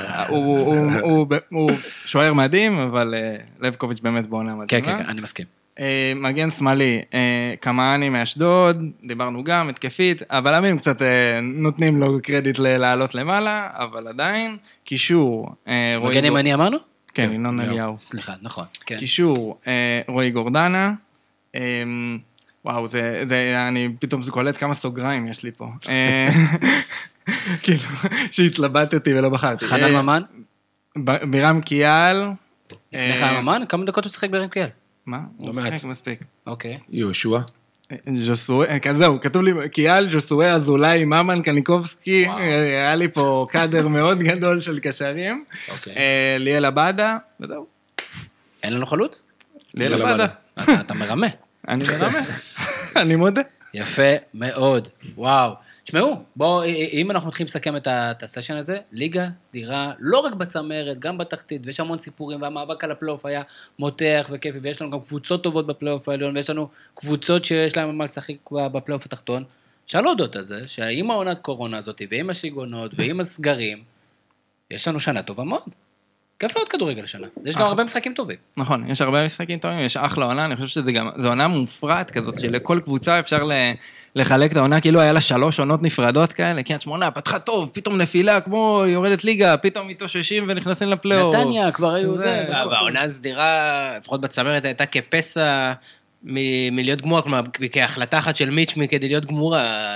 C: הוא שוער מדהים, אבל לבקוביץ' באמת בעונה מדהימה.
A: כן, אני מסכים.
C: מגן שמאלי, קמאני מאשדוד, דיברנו גם, התקפית, הבלמים קצת נותנים לו קרדיט לעלות למעלה, אבל עדיין, קישור.
A: מגן ימני אמרנו?
C: כן, ינון אליהו.
A: סליחה, נכון, כן.
C: קישור, רועי גורדנה. וואו, אני פתאום קולט כמה סוגריים יש לי פה. כאילו, שהתלבטתי ולא בחרתי.
A: חנן ממן?
C: בירם קיאל.
A: לפני חנן ממן? כמה דקות הוא שיחק בירם קיאל?
C: מה? הוא משחק מספיק.
A: אוקיי.
E: יהושע.
C: זהו, כתוב לי, קיאל, ג'וסואה, אזולאי, ממן, קניקובסקי, היה לי פה קאדר מאוד גדול של קשרים. ליאל עבדה, וזהו.
A: אין לנו חלוץ?
C: ליאל עבדה.
A: אתה מרמה.
C: אני מרמה, אני מודה.
A: יפה מאוד, וואו. תשמעו, בואו, אם אנחנו מתחילים לסכם את הסשן הזה, ליגה סדירה, לא רק בצמרת, גם בתחתית, ויש המון סיפורים, והמאבק על הפלייאוף היה מותח וכיפי, ויש לנו גם קבוצות טובות בפלייאוף העליון, ויש לנו קבוצות שיש להם מה לשחק בפלייאוף התחתון. אפשר להודות על זה, שעם העונת קורונה הזאת, ועם השיגונות, ועם הסגרים, יש לנו שנה טובה מאוד. כיף לראות כדורגל השנה. יש גם הרבה משחקים טובים.
C: נכון, יש הרבה משחקים טובים, יש אחלה עונה, אני חושב שזה גם, זו עונה מופרעת כזאת, שלכל קבוצה אפשר לחלק את העונה, כאילו היה לה 3 עונות נפרדות כאלה, קריית שמונה, פתחה טוב, פתאום נפילה, כמו יורדת ליגה, פתאום מתאוששים ונכנסים לפלייאוף.
A: נתניה, כבר היו זה.
F: והעונה הסדירה, לפחות בצמרת, הייתה כפסע מלהיות גמורה, כלומר, כהחלטה אחת של מיץ' כדי להיות גמורה.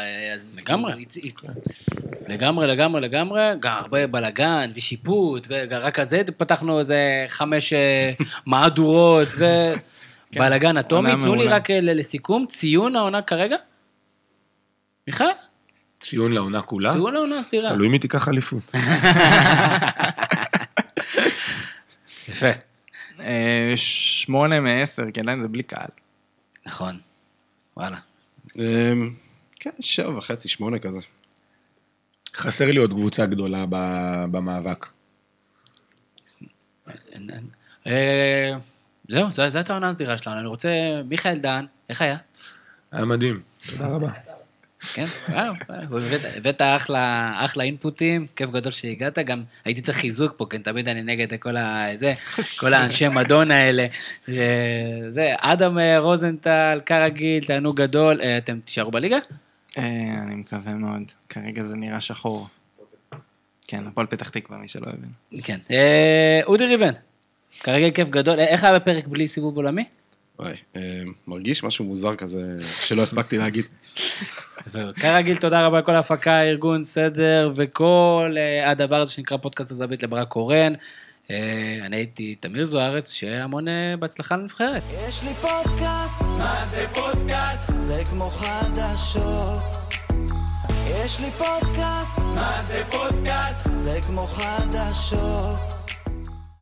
A: לגמרי, גם הרבה בלגן ושיפוט, ורק על זה פתחנו איזה 5 מהדורות, ובלגן אטומי. תנו לי רק לסיכום, ציון העונה כרגע? מיכל?
E: ציון לעונה כולה?
A: ציון לעונה סדירה.
E: תלוי מי תיקח אליפות.
A: יפה.
C: 8 מ-10, כי עדיין זה בלי קהל.
A: נכון, וואלה.
D: כן, 7.5, 8 כזה.
E: חסר לי עוד קבוצה גדולה במאבק.
A: זהו, זו הייתה העונה הסדירה שלנו. אני רוצה, מיכאל דן, איך היה?
E: היה מדהים, תודה רבה.
A: כן, הבאת אחלה אינפוטים, כיף גדול שהגעת, גם הייתי צריך חיזוק פה, כן, תמיד אני נגד כל האנשי מדון האלה. זה, אדם רוזנטל, כרגיל, תענוג גדול, אתם תישארו בליגה?
C: אני מקווה מאוד, כרגע זה נראה שחור. כן, הפועל פתח תקווה, מי שלא הבין.
A: כן, אודי ריבן, כרגע כיף גדול, איך היה בפרק בלי סיבוב עולמי?
D: וואי, מרגיש משהו מוזר כזה, שלא הספקתי להגיד.
A: כרגיל, תודה רבה לכל ההפקה, ארגון, סדר, וכל הדבר הזה שנקרא פודקאסט הזווית לברק קורן. אני הייתי תמיר זוארץ, שהמון בהצלחה לנבחרת.
B: יש לי פודקאסט, מה זה פודקאסט? זה כמו חדשות. יש לי פודקאסט, מה זה פודקאסט? זה כמו חדשות.